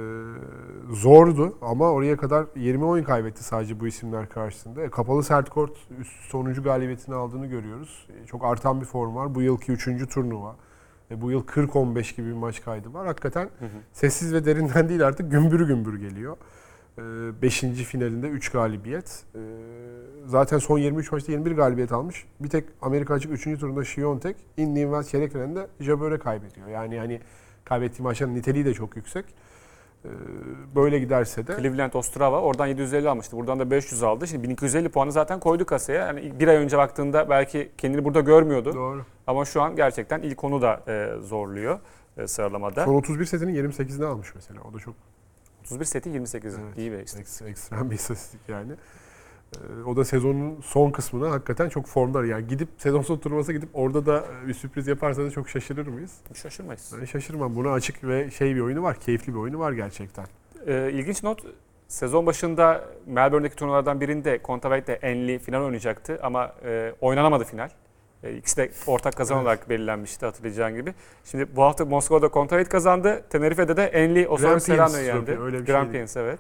B: zordu ama oraya kadar yirmi oyun kaybetti sadece bu isimler karşısında. E, kapalı sert kort üst sonuncu galibiyetini aldığını görüyoruz. E, çok artan bir form var. Bu yılki üçüncü turnuva. E, bu yıl kırk on beş gibi bir maç kaydı var. Hakikaten hı hı. sessiz ve derinden değil artık gümbür gümbür geliyor. beşinci finalinde üç galibiyet. Zaten son yirmi üç maçta yirmi bir galibiyet almış. Bir tek Amerika açık üçüncü turunda Świątek, Indian Wells çeyrek finalinde Jabeur'e kaybediyor. Yani hani kaybettiği maçların niteliği de çok yüksek. Böyle giderse de
A: Cleveland Ostrava oradan yedi yüz elli almıştı. Buradan da beş yüz aldı. Şimdi bin iki yüz elli puanı zaten koydu kasaya. Yani bir ay önce baktığında belki kendini burada görmüyordu.
B: Doğru.
A: Ama şu an gerçekten ilk onu da zorluyor sıralamada.
B: Son otuz bir setinin yirmi sekizini almış mesela. O da çok
A: otuz bir seti yirmi sekiz. Evet, iyi bir
B: istatistik. Ekstrem bir istatistik yani. O da sezonun son kısmına hakikaten çok formda. Yani gidip sezon sonu turnuvasına gidip orada da bir sürpriz yaparsa da çok şaşırır mıyız?
A: Şaşırmayız.
B: Ben şaşırmam. Buna açık ve şey bir oyunu var. Keyifli bir oyunu var gerçekten.
A: Ee, ilginç not. Sezon başında Melbourne'deki turnuvalardan birinde Kontaveit'le Enli final oynayacaktı ama e, oynanamadı final. E, ikisi de ortak kazan olarak belirlenmişti hatırlayacağın gibi. Şimdi bu hafta Moskova'da Contrail kazandı. Tenerife'de de Enli Osorio Serrano'yu yendi. Grand Prix evet.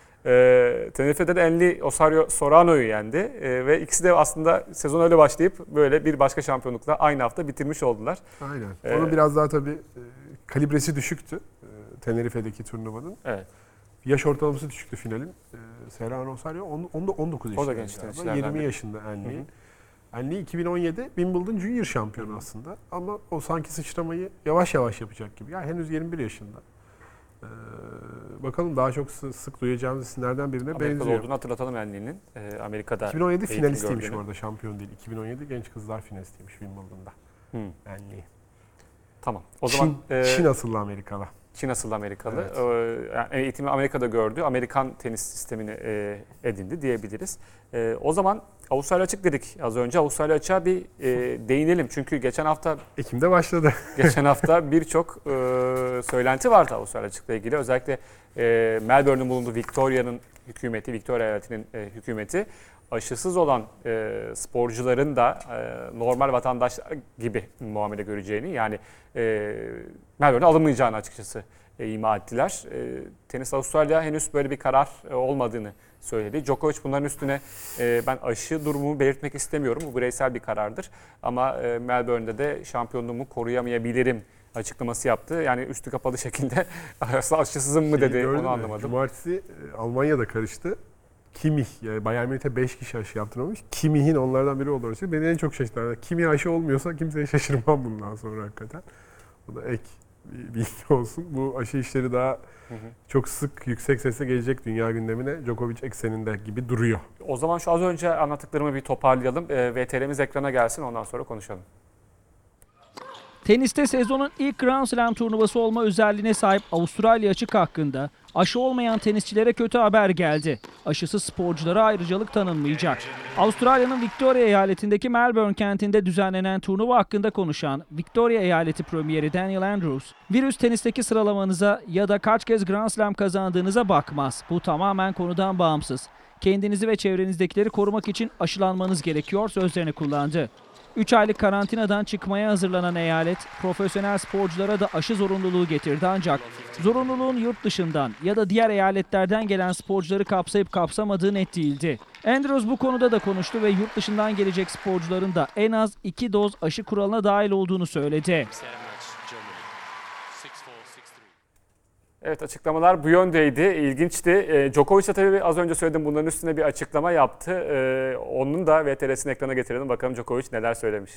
A: E, Tenerife'de de Enli Osorio Serrano'yu yendi. E, ve ikisi de aslında sezon öyle başlayıp böyle bir başka şampiyonlukla aynı hafta bitirmiş oldular.
B: Aynen.
A: E,
B: Onun biraz daha tabii e, kalibresi düşüktü. E, Tenerife'deki turnuvanın.
A: Evet.
B: Yaş ortalaması düşüktü finalin. E, Serrano Osorio on dokuz yaşında.
A: O da genç tenisçilerden
B: yirmi
A: biri.
B: yaşında Enli'nin. Enli iki bin on yedi Wimbledon Junior şampiyonu aslında. Ama o sanki sıçramayı yavaş yavaş yapacak gibi. Yani henüz yirmi bir yaşında. Ee, bakalım daha çok sık, sık duyacağımız isimlerden birine
A: Amerika'da
B: benziyor.
A: olduğunu hatırlatalım Enli'nin. E, Amerika'da
B: iki bin on yedi
A: eğitim
B: finalistiymiş
A: gördüğünü.
B: orada, şampiyon değil. iki bin on yedi genç kızlar finalistiymiş Wimbledon'da.
A: Hmm.
B: Enli.
A: Tamam. O zaman
B: Çin,
A: e,
B: Çin asıllı Amerikalı.
A: Çin asıllı Amerikalı.
B: Evet.
A: Ee, yani eğitimi Amerika'da gördü. Amerikan tenis sistemini e, edindi diyebiliriz. E, o zaman Avustralya Açık dedik az önce. Avustralya Açık'a bir e, değinelim. Çünkü geçen hafta
B: Ekim'de başladı.
A: geçen hafta birçok e, söylenti vardı Avustralya Açık'la ilgili. Özellikle e, Melbourne'ün bulunduğu Victoria'nın hükümeti, Victoria eyaletinin e, hükümeti aşısız olan e, sporcuların da e, normal vatandaşlar gibi muamele göreceğini, yani e, Melbourne'e alınmayacağını açıkçası e, ima ettiler. E, Tenis Avustralya henüz böyle bir karar e, olmadığını söyledi. Djokovic bunların üstüne e, ben aşı durumumu belirtmek istemiyorum. Bu bireysel bir karardır. Ama e, Melbourne'de de şampiyonluğumu koruyamayabilirim açıklaması yaptı. Yani üstü kapalı şekilde aşısızım mı dedi,
B: Gördün
A: onu
B: mü?
A: anlamadım.
B: Cumartesi e, Almanya'da karıştı. Kimmich, yani Bayern Münih'te beş kişi aşı yaptırmamış. Kimmich'in onlardan biri olduğu için beni en çok şaşırtan. Kimmich aşı olmuyorsa kimseye şaşırmam bundan sonra hakikaten. Bu da ek bir bilgi olsun. Bu aşı işleri daha hı hı. çok sık yüksek sesle gelecek dünya gündemine, Djokovic ekseninde gibi duruyor.
A: O zaman şu az önce anlattıklarımı bir toparlayalım. E, V T R'miz ekrana gelsin, ondan sonra konuşalım.
C: Teniste sezonun ilk Grand Slam turnuvası olma özelliğine sahip Avustralya Açık hakkında aşı olmayan tenisçilere kötü haber geldi. Aşısız sporculara ayrıcalık tanınmayacak. Avustralya'nın Victoria eyaletindeki Melbourne kentinde düzenlenen turnuva hakkında konuşan Victoria eyaleti premieri Daniel Andrews, virüs tenisteki sıralamanıza ya da kaç kez Grand Slam kazandığınıza bakmaz. Bu tamamen konudan bağımsız. Kendinizi ve çevrenizdekileri korumak için aşılanmanız gerekiyor sözlerini kullandı. üç aylık karantinadan çıkmaya hazırlanan eyalet, profesyonel sporculara da aşı zorunluluğu getirdi ancak zorunluluğun yurt dışından ya da diğer eyaletlerden gelen sporcuları kapsayıp kapsamadığı net değildi. Andrews bu konuda da konuştu ve yurt dışından gelecek sporcuların da en az iki doz aşı kuralına dahil olduğunu söyledi.
A: Evet, açıklamalar bu yöndeydi. İlginçti. E, Djokovic de tabii az önce söyledim, bunların üstüne bir açıklama yaptı. E, onun da V T R'sini ekrana getirelim. Bakalım Djokovic neler söylemiş.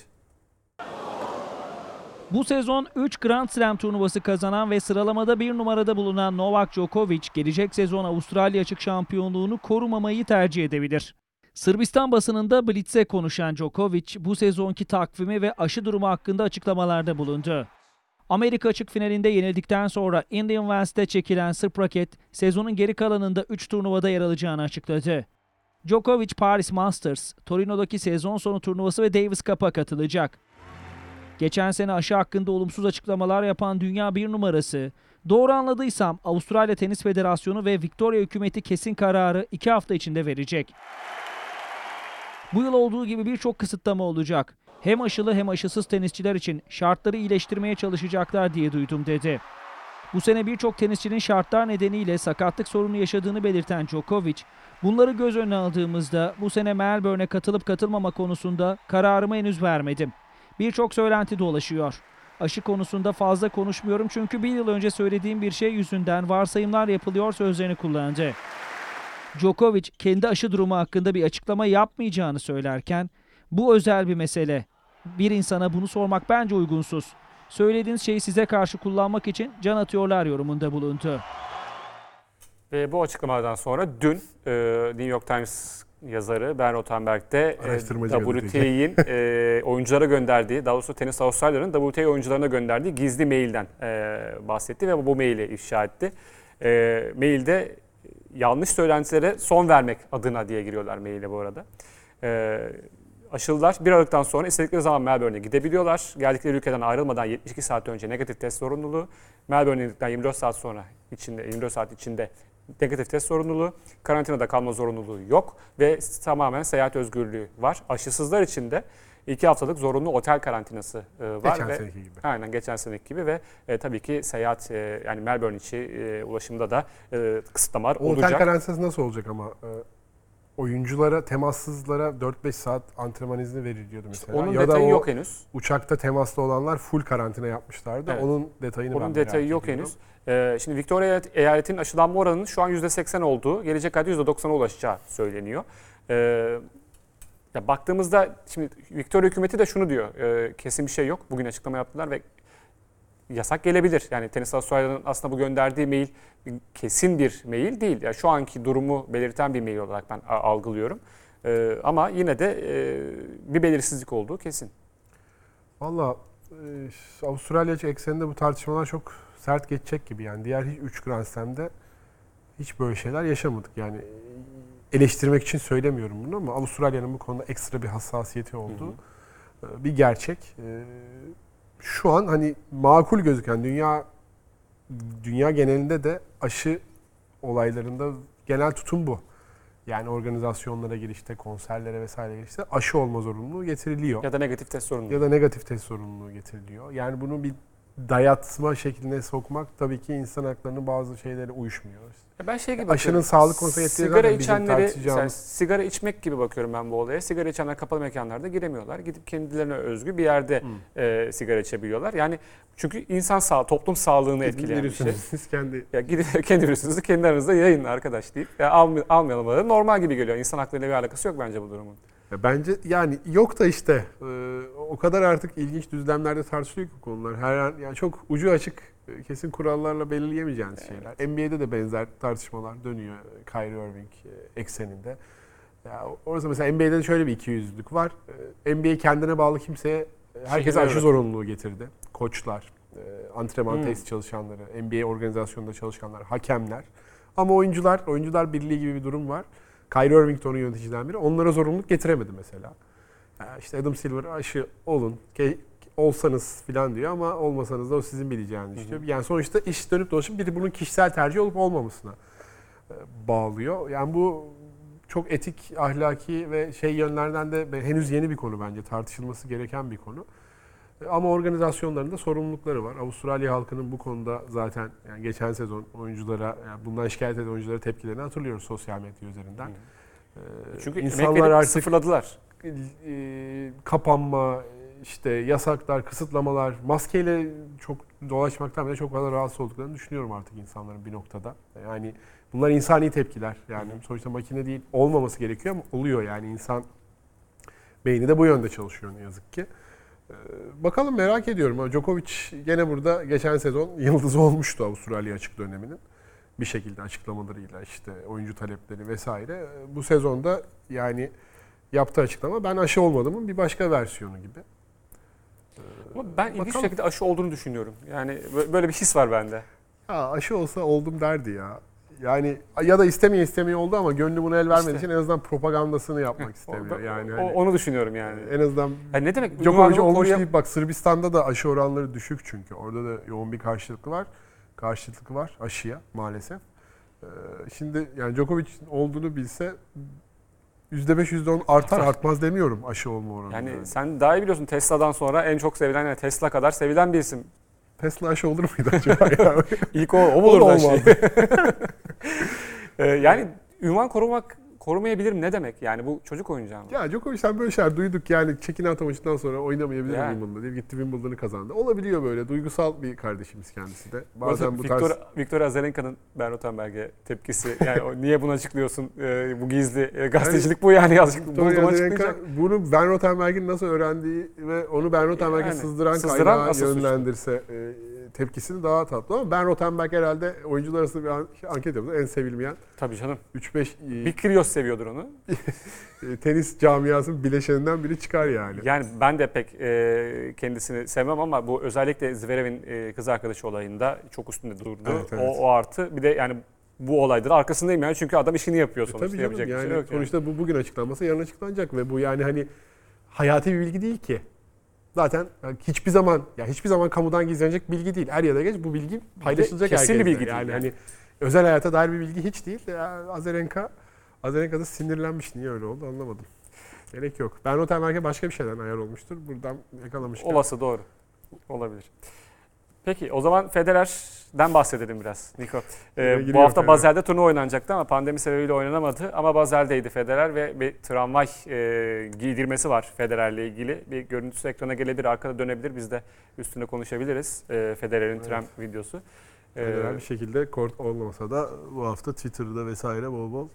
C: Bu sezon üç Grand Slam turnuvası kazanan ve sıralamada bir numarada bulunan Novak Djokovic, gelecek sezon Avustralya Açık şampiyonluğunu korumamayı tercih edebilir. Sırbistan basınında Blitz'e konuşan Djokovic, bu sezonki takvimi ve aşı durumu hakkında açıklamalarda bulundu. Amerika Açık finalinde yenildikten sonra Indian Wells'te çekilen Sırp raket, sezonun geri kalanında üç turnuvada yer alacağını açıkladı. Djokovic, Paris Masters, Torino'daki sezon sonu turnuvası ve Davis Cup'a katılacak. Geçen sene aşı hakkında olumsuz açıklamalar yapan dünya bir numarası, doğru anladıysam Avustralya Tenis Federasyonu ve Victoria hükümeti kesin kararı iki hafta içinde verecek. Bu yıl olduğu gibi birçok kısıtlama olacak. Hem aşılı hem aşısız tenisçiler için şartları iyileştirmeye çalışacaklar diye duydum dedi. Bu sene birçok tenisçinin şartlar nedeniyle sakatlık sorunu yaşadığını belirten Djokovic, bunları göz önüne aldığımızda bu sene Melbourne'e katılıp katılmama konusunda kararımı henüz vermedim. Birçok söylenti dolaşıyor. Aşı konusunda fazla konuşmuyorum çünkü bir yıl önce söylediğim bir şey yüzünden varsayımlar yapılıyor sözlerini kullandı. Djokovic kendi aşı durumu hakkında bir açıklama yapmayacağını söylerken, bu özel bir mesele. Bir insana bunu sormak bence uygunsuz. Söylediğiniz şeyi size karşı kullanmak için can atıyorlar yorumunda bulundu.
A: Ve bu açıklamalardan sonra dün e, New York Times yazarı Ben Rothenberg de e, W T A'nin e, oyunculara gönderdiği, daha doğrusu Tenis Avustralya'nın W T A oyuncularına gönderdiği gizli mailden e, bahsetti ve bu maili ifşa etti. E, mailde yanlış söylentilere son vermek adına diye giriyorlar maile bu arada. E, Aşılılar bir Aralık'tan sonra istedikleri zaman Melbourne'e gidebiliyorlar. Geldikleri ülkeden ayrılmadan yetmiş iki saat önce negatif test zorunluluğu. Melbourne'e indikten yirmi dört saat sonra içinde yirmi dört saat içinde negatif test zorunluluğu. Karantinada kalma zorunluluğu yok ve tamamen seyahat özgürlüğü var. Aşısızlar için de iki haftalık zorunlu otel karantinası e, var.
B: Geçen
A: ve,
B: seneki gibi.
A: Aynen geçen seneki gibi ve e, tabii ki seyahat e, yani Melbourne içi e, ulaşımda da e, kısıtlamalar
B: O otel
A: olacak.
B: karantinası nasıl olacak ama? Ee, oyunculara, temassızlara dört beş saat antrenman izni verir diyordu mesela.
A: Onun
B: ya da
A: detayı
B: o
A: yok henüz.
B: uçakta temaslı olanlar full karantina yapmışlardı.
A: Evet.
B: Onun detayını ben
A: Onun
B: merak
A: detayı yok
B: ediyorum.
A: henüz. Ee, şimdi Victoria eyaletinin aşılanma oranının şu an yüzde seksen olduğu, gelecek ayda yüzde doksana ulaşacağı söyleniyor. Ee, ya baktığımızda şimdi Victoria hükümeti de şunu diyor, e, kesin bir şey yok. Bugün açıklama yaptılar ve yasak gelebilir. Yani Tenis Avustralya'nın aslında bu gönderdiği mail kesin bir mail değil. Yani şu anki durumu belirten bir mail olarak ben algılıyorum. Ee, ama yine de e, bir belirsizlik olduğu kesin.
B: Valla e, Avustralya ekseninde bu tartışmalar çok sert geçecek gibi. Yani diğer hiç üç Grand Slam'de hiç böyle şeyler yaşamadık. Yani eleştirmek için söylemiyorum bunu ama Avustralya'nın bu konuda ekstra bir hassasiyeti olduğu hı hı. bir gerçek. E, şu an hani makul gözüken dünya dünya genelinde de aşı olaylarında genel tutum bu. Yani organizasyonlara girişte, konserlere vesaire girişte aşı olma zorunluluğu getiriliyor.
A: Ya da negatif test sorumluluğu.
B: Ya da negatif test sorumluluğu getiriliyor. Yani bunu bir dayatma şekline sokmak tabii ki insan haklarının bazı şeylere uyuşmuyor.
A: Ya ben şey gibi
B: Aşının sağlık konusunda yetkileri
A: sigara
B: zaten bizim
A: içenleri,
B: tartışacağımız.
A: sigara içmek gibi bakıyorum ben bu olaya. Sigara içenler kapalı mekanlarda giremiyorlar. Gidip kendilerine özgü bir yerde hmm. e, sigara içebiliyorlar. Yani çünkü insan sağlığı, toplum sağlığını etkileyen bir şey.
B: Siz kendi
A: ya gidip kendi virüsünüzü kendi aranızda yayın arkadaş deyip ya almay- almayalım. Normal gibi geliyor. İnsan haklarıyla bir alakası yok bence bu durumun.
B: Ya bence yani yok da işte e, o kadar artık ilginç düzlemlerde tartışılıyor ki bu konular. Her an yani çok ucu açık kesin kurallarla belirleyemeyeceğiniz evet. şeyler. N B A'de de benzer tartışmalar dönüyor Kyrie Irving ekseninde. Ya orası mesela N B A'de de şöyle bir ikiyüzlülük var. N B A kendine bağlı kimseye herkese aşı zorunluluğu getirdi. Koçlar, antrenman hmm. tesis çalışanları, N B A organizasyonunda çalışanlar, hakemler. Ama oyuncular, oyuncular birliği gibi bir durum var. Kyrie Irving de onun yöneticiden biri. Onlara zorunluluk getiremedi mesela. Yani işte Adam Silver aşı olun, olsanız filan diyor ama olmasanız da o sizin bileceğiniz istiyor. Yani sonuçta iş dönüp dolaşıp biri bunun kişisel tercih olup olmamasına bağlıyor. Yani bu çok etik, ahlaki ve şey yönlerden de henüz yeni bir konu bence. Tartışılması gereken bir konu. Ama organizasyonlarında sorumlulukları var. Avustralya halkının bu konuda zaten yani geçen sezon oyunculara, yani bundan şikayet eden oyunculara tepkilerini hatırlıyoruz sosyal medya üzerinden. Hı.
A: Çünkü insanlar artık sıfırladılar.
B: E, kapanma, işte yasaklar, kısıtlamalar, maskeyle çok dolaşmaktan bile çok fazla rahatsız olduklarını düşünüyorum artık insanların bir noktada. Yani bunlar insani tepkiler. Yani Hı. sonuçta makine değil, olmaması gerekiyor ama oluyor yani insan beyni de bu yönde çalışıyor ne yazık ki. Bakalım merak ediyorum. Djokovic gene burada geçen sezon yıldızı olmuştu Avustralya açık döneminin. Bir şekilde açıklamalarıyla işte oyuncu talepleri vesaire. Bu sezonda yani yaptığı açıklama ben aşı olmadımın bir başka versiyonu gibi.
A: Ama ben ilginç bir şekilde aşı olduğunu düşünüyorum. Yani böyle bir his var bende.
B: Ya aşı olsa oldum derdi ya. Yani ya da istemeye istemeye oldu ama gönlü buna el vermediği işte. için en azından propagandasını yapmak istemiyor. Yani hani,
A: onu düşünüyorum yani.
B: En azından
A: yani ne demek?
B: Djokovic olmuş koruya... deyip bak Sırbistan'da da aşı oranları düşük çünkü. Orada da yoğun bir karşılıklı var. Karşılıklı var aşıya maalesef. Şimdi yani Djokovic olduğunu bilse yüzde beş yüzde on artar artmaz demiyorum aşı olma oranı.
A: Yani, yani sen daha iyi biliyorsun Tesla'dan sonra en çok sevilen yani Tesla kadar sevilen bir isim.
B: Tesla aşı olur muydu acaba? Yani?
A: İlk o, o bulurdu aşıyı. Yani ünvan korumak, korumayabilirim ne demek? Yani bu çocuk oyuncağı mı?
B: Ya Djokovic'ten böyle şeyler duyduk yani çekini atamaçtan sonra oynamayabilir yani. Wimbledon'da diye gitti Wimbledon'ı kazandı. Olabiliyor böyle duygusal bir kardeşimiz kendisi de. Bazen bu
A: Victor,
B: tarz...
A: Victor Azarenka'nın Ben Rothenberg'e tepkisi yani o, niye bunu açıklıyorsun e, bu gizli e, gazetecilik yani, bu yani yazık buldum açıklayacak.
B: Bunu Ben Rothenberg'in nasıl öğrendiği ve onu Ben Rothenberg'e yani, sızdıran, sızdıran kaynağı yönlendirse e, tepkisini daha tatlı ama Ben Rothenberg herhalde oyuncular arasında bir anket yaptı. En sevilmeyen.
A: Tabii canım.
B: üç beş
A: Bir Kyrgios seviyordur onu.
B: Tenis camiasının bileşeninden biri çıkar yani.
A: Yani ben de pek e, kendisini sevmem ama bu özellikle Zverev'in e, kız arkadaşı olayında çok üstünde durdu. Evet, evet. O, o artı bir de yani bu olaydır arkasındayım yani çünkü adam işini yapıyor sonuçta. E, tabii
B: yapacak
A: canım,
B: yani,
A: bir şey yok
B: sonuçta
A: yani.
B: bu bugün açıklanmasa yarın açıklanacak ve bu yani hani hayati bir bilgi değil ki. Zaten yani hiçbir zaman ya hiçbir zaman kamudan gizlenecek bilgi değil. Er ya da geç bu bilgi paylaşılacak herkese.
A: Kesin bir bilgi
B: yani,
A: değil. Yani
B: hani özel hayata dair bir bilgi hiç değil. Ya Azarenka Azarenka da sinirlenmiş. Niye öyle oldu anlamadım. Gerek yok. Ben Rottenberg'e başka bir şeyden ayar olmuştur. Buradan yakalamışken.
A: Olası doğru. Olabilir. Peki o zaman Federer'den bahsedelim biraz Niko. Ee, bu hafta
B: Federer.
A: Basel'de turnuva oynanacaktı ama pandemi sebebiyle oynanamadı. Ama Basel'deydi Federer ve bir tramvay e, giydirmesi var Federer'le ilgili. Bir görüntüsü ekrana gelebilir, arkada dönebilir. Biz de üstüne konuşabiliriz. E, Federer'in evet. tram videosu. E,
B: Federer bir şekilde kort olmasa da bu hafta Twitter'da vesaire bol bol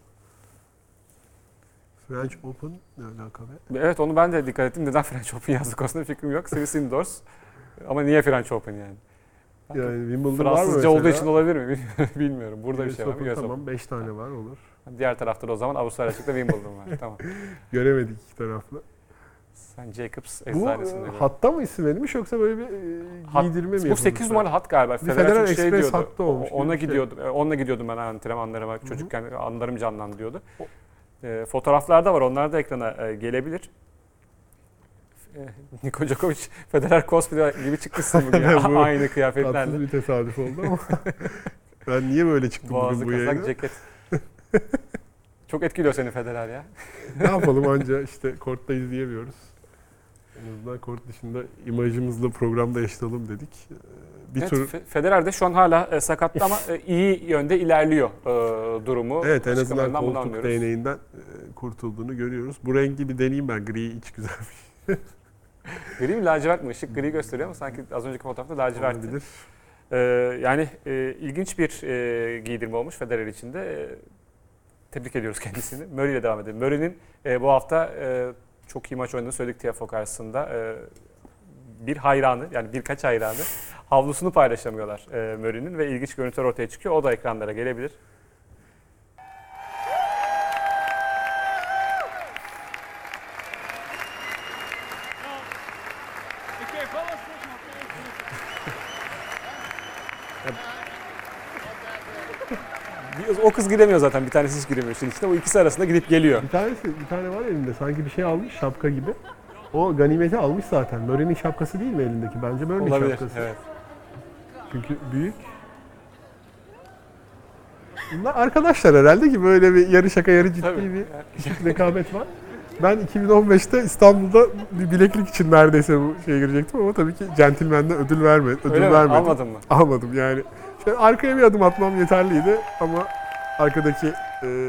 B: French Open ne alaka be?
A: Evet onu ben de dikkat ettim. Neden French Open yazdık aslında fikrim yok. Swiss Indoors. Ama niye French Open yani?
B: Yani Wimbledon var mı
A: Fransızca
B: mesela?
A: olduğu için olabilir mi? Bilmiyorum. Burada bir şey var mı?
B: Open, tamam beş tane var olur.
A: Diğer tarafta da o zaman Avustralya açıkta Wimbledon var. Tamam.
B: Göremedik iki taraflı.
A: Sen Jacobs
B: Bu
A: efsanesinde.
B: e, hatta mı isim verilmiş yoksa böyle bir e,
A: Hat,
B: giydirme mi
A: bu
B: yapılmış?
A: sekiz numaralı hat galiba.
B: Bir Federer
A: şey
B: Express
A: diyordu.
B: hattı olmuş.
A: Ona
B: bir şey.
A: gidiyordum. Onunla gidiyordum ben antrenmanlarıma çocukken. Anılarım canlandı diyordu. E, fotoğraflar da var. Onlar da ekrana e, gelebilir. Niko Djokovic, Federer cosplay gibi çıkmışsın bugün. Aynı kıyafetlerle.
B: Tatsız bir tesadüf oldu ama. Ben niye böyle çıktım
A: Boğazlı
B: bugün bu
A: kazak,
B: yayına?
A: ceket. Çok etkiliyor seni Federer ya.
B: Ne yapalım anca işte kortta izleyemiyoruz. En azından kort dışında imajımızla programda yaşatalım dedik. Bir
A: evet,
B: tur...
A: Federer de şu an hala e, sakatlı ama e, iyi yönde ilerliyor e, durumu.
B: Evet en azından koltuk
A: anlıyoruz.
B: değneğinden e, kurtulduğunu görüyoruz. Bu rengi bir deneyeyim ben. Gri hiç güzelmiş.
A: Gri mi lacivert mi? Işık gri gösteriyor ama sanki az önceki fotoğrafta lacivertti.
B: Olabilir.
A: Ee, yani e, ilginç bir e, giydirme olmuş Federer için de. E, tebrik ediyoruz kendisini. Murray ile devam edelim. Murray'nin e, bu hafta e, çok iyi maç oynadığını söyledik Tiafoe karşısında. E, bir hayranı yani birkaç hayranı havlusunu paylaşamıyorlar e, Murray'nin ve ilginç görüntüler ortaya çıkıyor. O da ekranlara gelebilir. O kız giremiyor zaten. Bir tanesi hiç giremiyor işin içine. O ikisi arasında gidip geliyor.
B: Bir tanesi, bir tane var elinde. Sanki bir şey almış şapka gibi. O ganimeti almış zaten. Murray'nin şapkası değil mi elindeki? Bence Murray'nin
A: Olabilir,
B: şapkası.
A: evet.
B: Çünkü büyük. Bunlar arkadaşlar herhalde ki böyle bir yarı şaka yarı ciddi
A: Tabii.
B: bir küçük rekabet var. Ben iki bin on beşte İstanbul'da bir bileklik için neredeyse bu şeye girecektim ama tabii ki centilmen'den ödül vermedi. Ödül
A: Öyle mi?
B: vermedim.
A: Almadın mı?
B: Almadım yani. İşte arkaya bir adım atmam yeterliydi ama arkadaki e,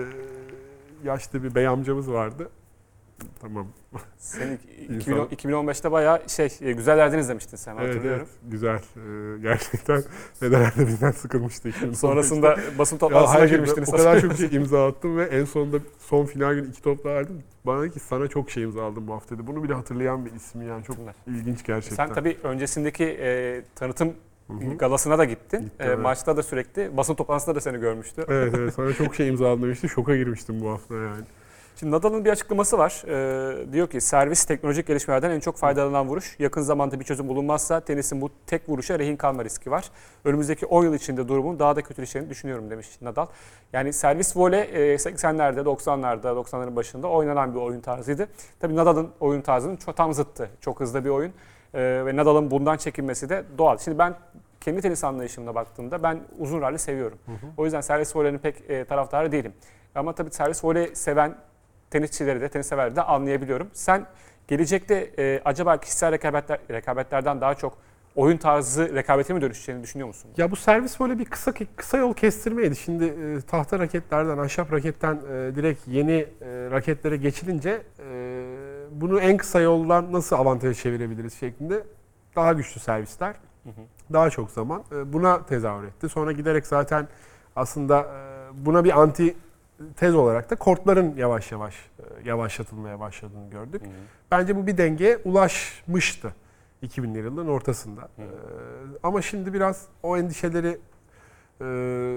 B: yaşlı bir bey amcamız vardı. Tamam.
A: Sen iki bin on beşte bayağı şey güzel yerden izlemiştin sen
B: Evet,
A: hatırlıyorum.
B: evet, güzel. Ee, gerçekten Federer de bizden sıkılmıştı.
A: Sonrasında basın
B: Ya
A: toplantısına
B: hayır,
A: girmiştiniz.
B: o kadar çok şey imza attım ve en sonunda son final günü iki top verdim. Bana dedi ki sana çok şey imza aldım bu hafta dedi. Bunu bile hatırlayan bir ismi yani çok ilginç gerçekten.
A: Sen tabii öncesindeki e, tanıtım
B: Hı-hı.
A: galasına da gittin.
B: Gittim,
A: e,
B: evet.
A: Maçta da sürekli basın toplantısında da seni görmüştü.
B: Evet evet sana çok şey imza aldım demişti. Şoka girmiştim bu hafta yani.
A: Şimdi Nadal'ın bir açıklaması var. Ee, diyor ki servis teknolojik gelişmelerden en çok faydalanan vuruş. Yakın zamanda bir çözüm bulunmazsa tenisin bu tek vuruşa rehin kalma riski var. Önümüzdeki on yıl içinde durumun daha da kötüleşeceğini düşünüyorum demiş Nadal. Yani servis voley seksenlerde, doksanlarda, doksanların başında oynanan bir oyun tarzıydı. Tabii Nadal'ın oyun tarzının çok tam zıttı. Çok hızlı bir oyun ee, ve Nadal'ın bundan çekinmesi de doğal. Şimdi ben kendi tenis anlayışımla baktığımda ben uzun rally seviyorum. Hı hı. O yüzden servis voley'nin pek e, taraftarı değilim. Ama tabii servis voley seven tenisçileri de, tenis severleri de anlayabiliyorum. Sen gelecekte e, acaba kişisel rekabetler, rekabetlerden daha çok oyun tarzı rekabete mi dönüşeceğini düşünüyor musun?
B: Ya bu servis böyle bir kısa kısa yol kestirmeydi. Şimdi e, tahta raketlerden, ahşap raketten e, direkt yeni e, raketlere geçilince e, bunu en kısa yoldan nasıl avantaja çevirebiliriz şeklinde daha güçlü servisler, hı hı. daha çok zaman e, buna tezahür etti. Sonra giderek zaten aslında e, buna bir anti tez olarak da kortların yavaş yavaş yavaşlatılmaya başladığını gördük. Hı hı. Bence bu bir dengeye ulaşmıştı iki binli yılların ortasında. Hı hı. Ee, ama şimdi biraz o endişeleri e,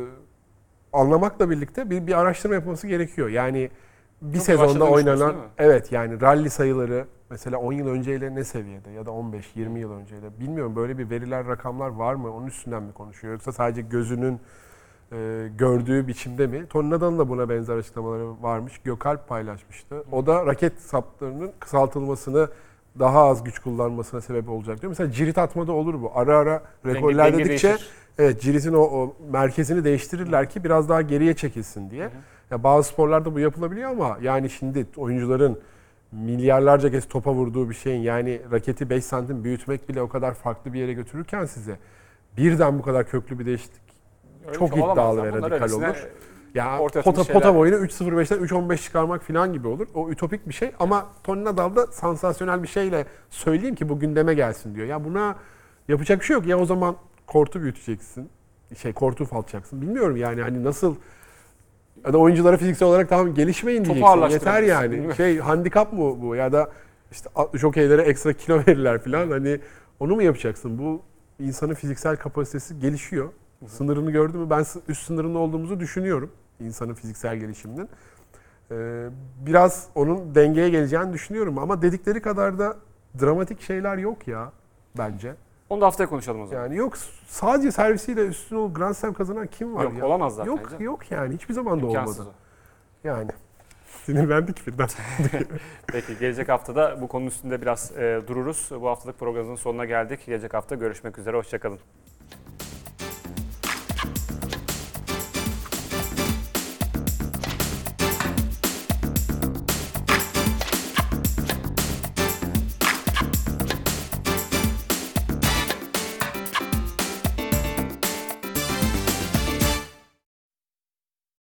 B: anlamakla birlikte bir, bir araştırma yapılması gerekiyor. Yani bir
A: Çok
B: sezonda oynanan,
A: değil mi?
B: evet yani rally sayıları mesela on yıl önceyle ne seviyede ya da on beş yirmi yıl önceyle bilmiyorum böyle bir veriler, rakamlar var mı? Onun üstünden mi konuşuyor? Yoksa sadece gözünün E, gördüğü biçimde mi? Tony Nadal'ın da buna benzer açıklamaları varmış. Gökalp paylaşmıştı. O da raket saplarının kısaltılmasını, daha az güç kullanmasına sebep olacak diyor. Mesela cirit atmada olur bu. Ara ara rekoller dedikçe evet, ciritin o, o merkezini değiştirirler ki biraz daha geriye çekilsin diye. Hı hı. Ya bazı sporlarda bu yapılabiliyor ama yani şimdi oyuncuların milyarlarca kez topa vurduğu bir şeyin, yani raketi beş santim büyütmek bile o kadar farklı bir yere götürürken size birden bu kadar köklü bir değişiklik
A: Öyle
B: çok
A: bir şey olamaz
B: iddialı
A: ya.
B: ve
A: Bunlar
B: radikal
A: öylesine
B: olur. Ya
A: ortaya
B: pota,
A: atılmış
B: pota
A: şeyler.
B: boyunu üç sıfır beşten üç on beş çıkarmak falan gibi olur. O ütopik bir şey ama Tony Nadal da sansasyonel bir şeyle söyleyeyim ki bu gündeme gelsin diyor. Ya buna yapacak bir şey yok. Ya o zaman kortu büyüteceksin. Şey kortu ufaltacaksın. Bilmiyorum yani hani nasıl, ya da oyunculara fiziksel olarak tamam gelişmeyin
A: Topu
B: diyeceksin. Yeter
A: ağırlaştırabilirsin,
B: yani.
A: bilmiyorum.
B: Şey handikap mı bu ya da işte jokeylere ekstra kilo verirler falan, hani onu mu yapacaksın? Bu insanın fiziksel kapasitesi gelişiyor. Sınırını gördü mü? Ben sı- üst sınırının olduğumuzu düşünüyorum insanın fiziksel gelişiminin. Ee, biraz onun dengeye geleceğini düşünüyorum ama dedikleri kadar da dramatik şeyler yok ya bence.
A: Onu da haftaya konuşalım o zaman.
B: Yani yok, sadece servisiyle üstüne o Grand Slam kazanan kim var
A: Yok,
B: ya?
A: olamaz zaten
B: Yok
A: canım.
B: yok yani hiçbir zaman da
A: İmkansız
B: olmadı.
A: o.
B: Yani sinirlendik birden.
A: Peki gelecek haftada bu konunun üstünde biraz e, dururuz. Bu haftalık programımızın sonuna geldik. Gelecek hafta görüşmek üzere. Hoşçakalın.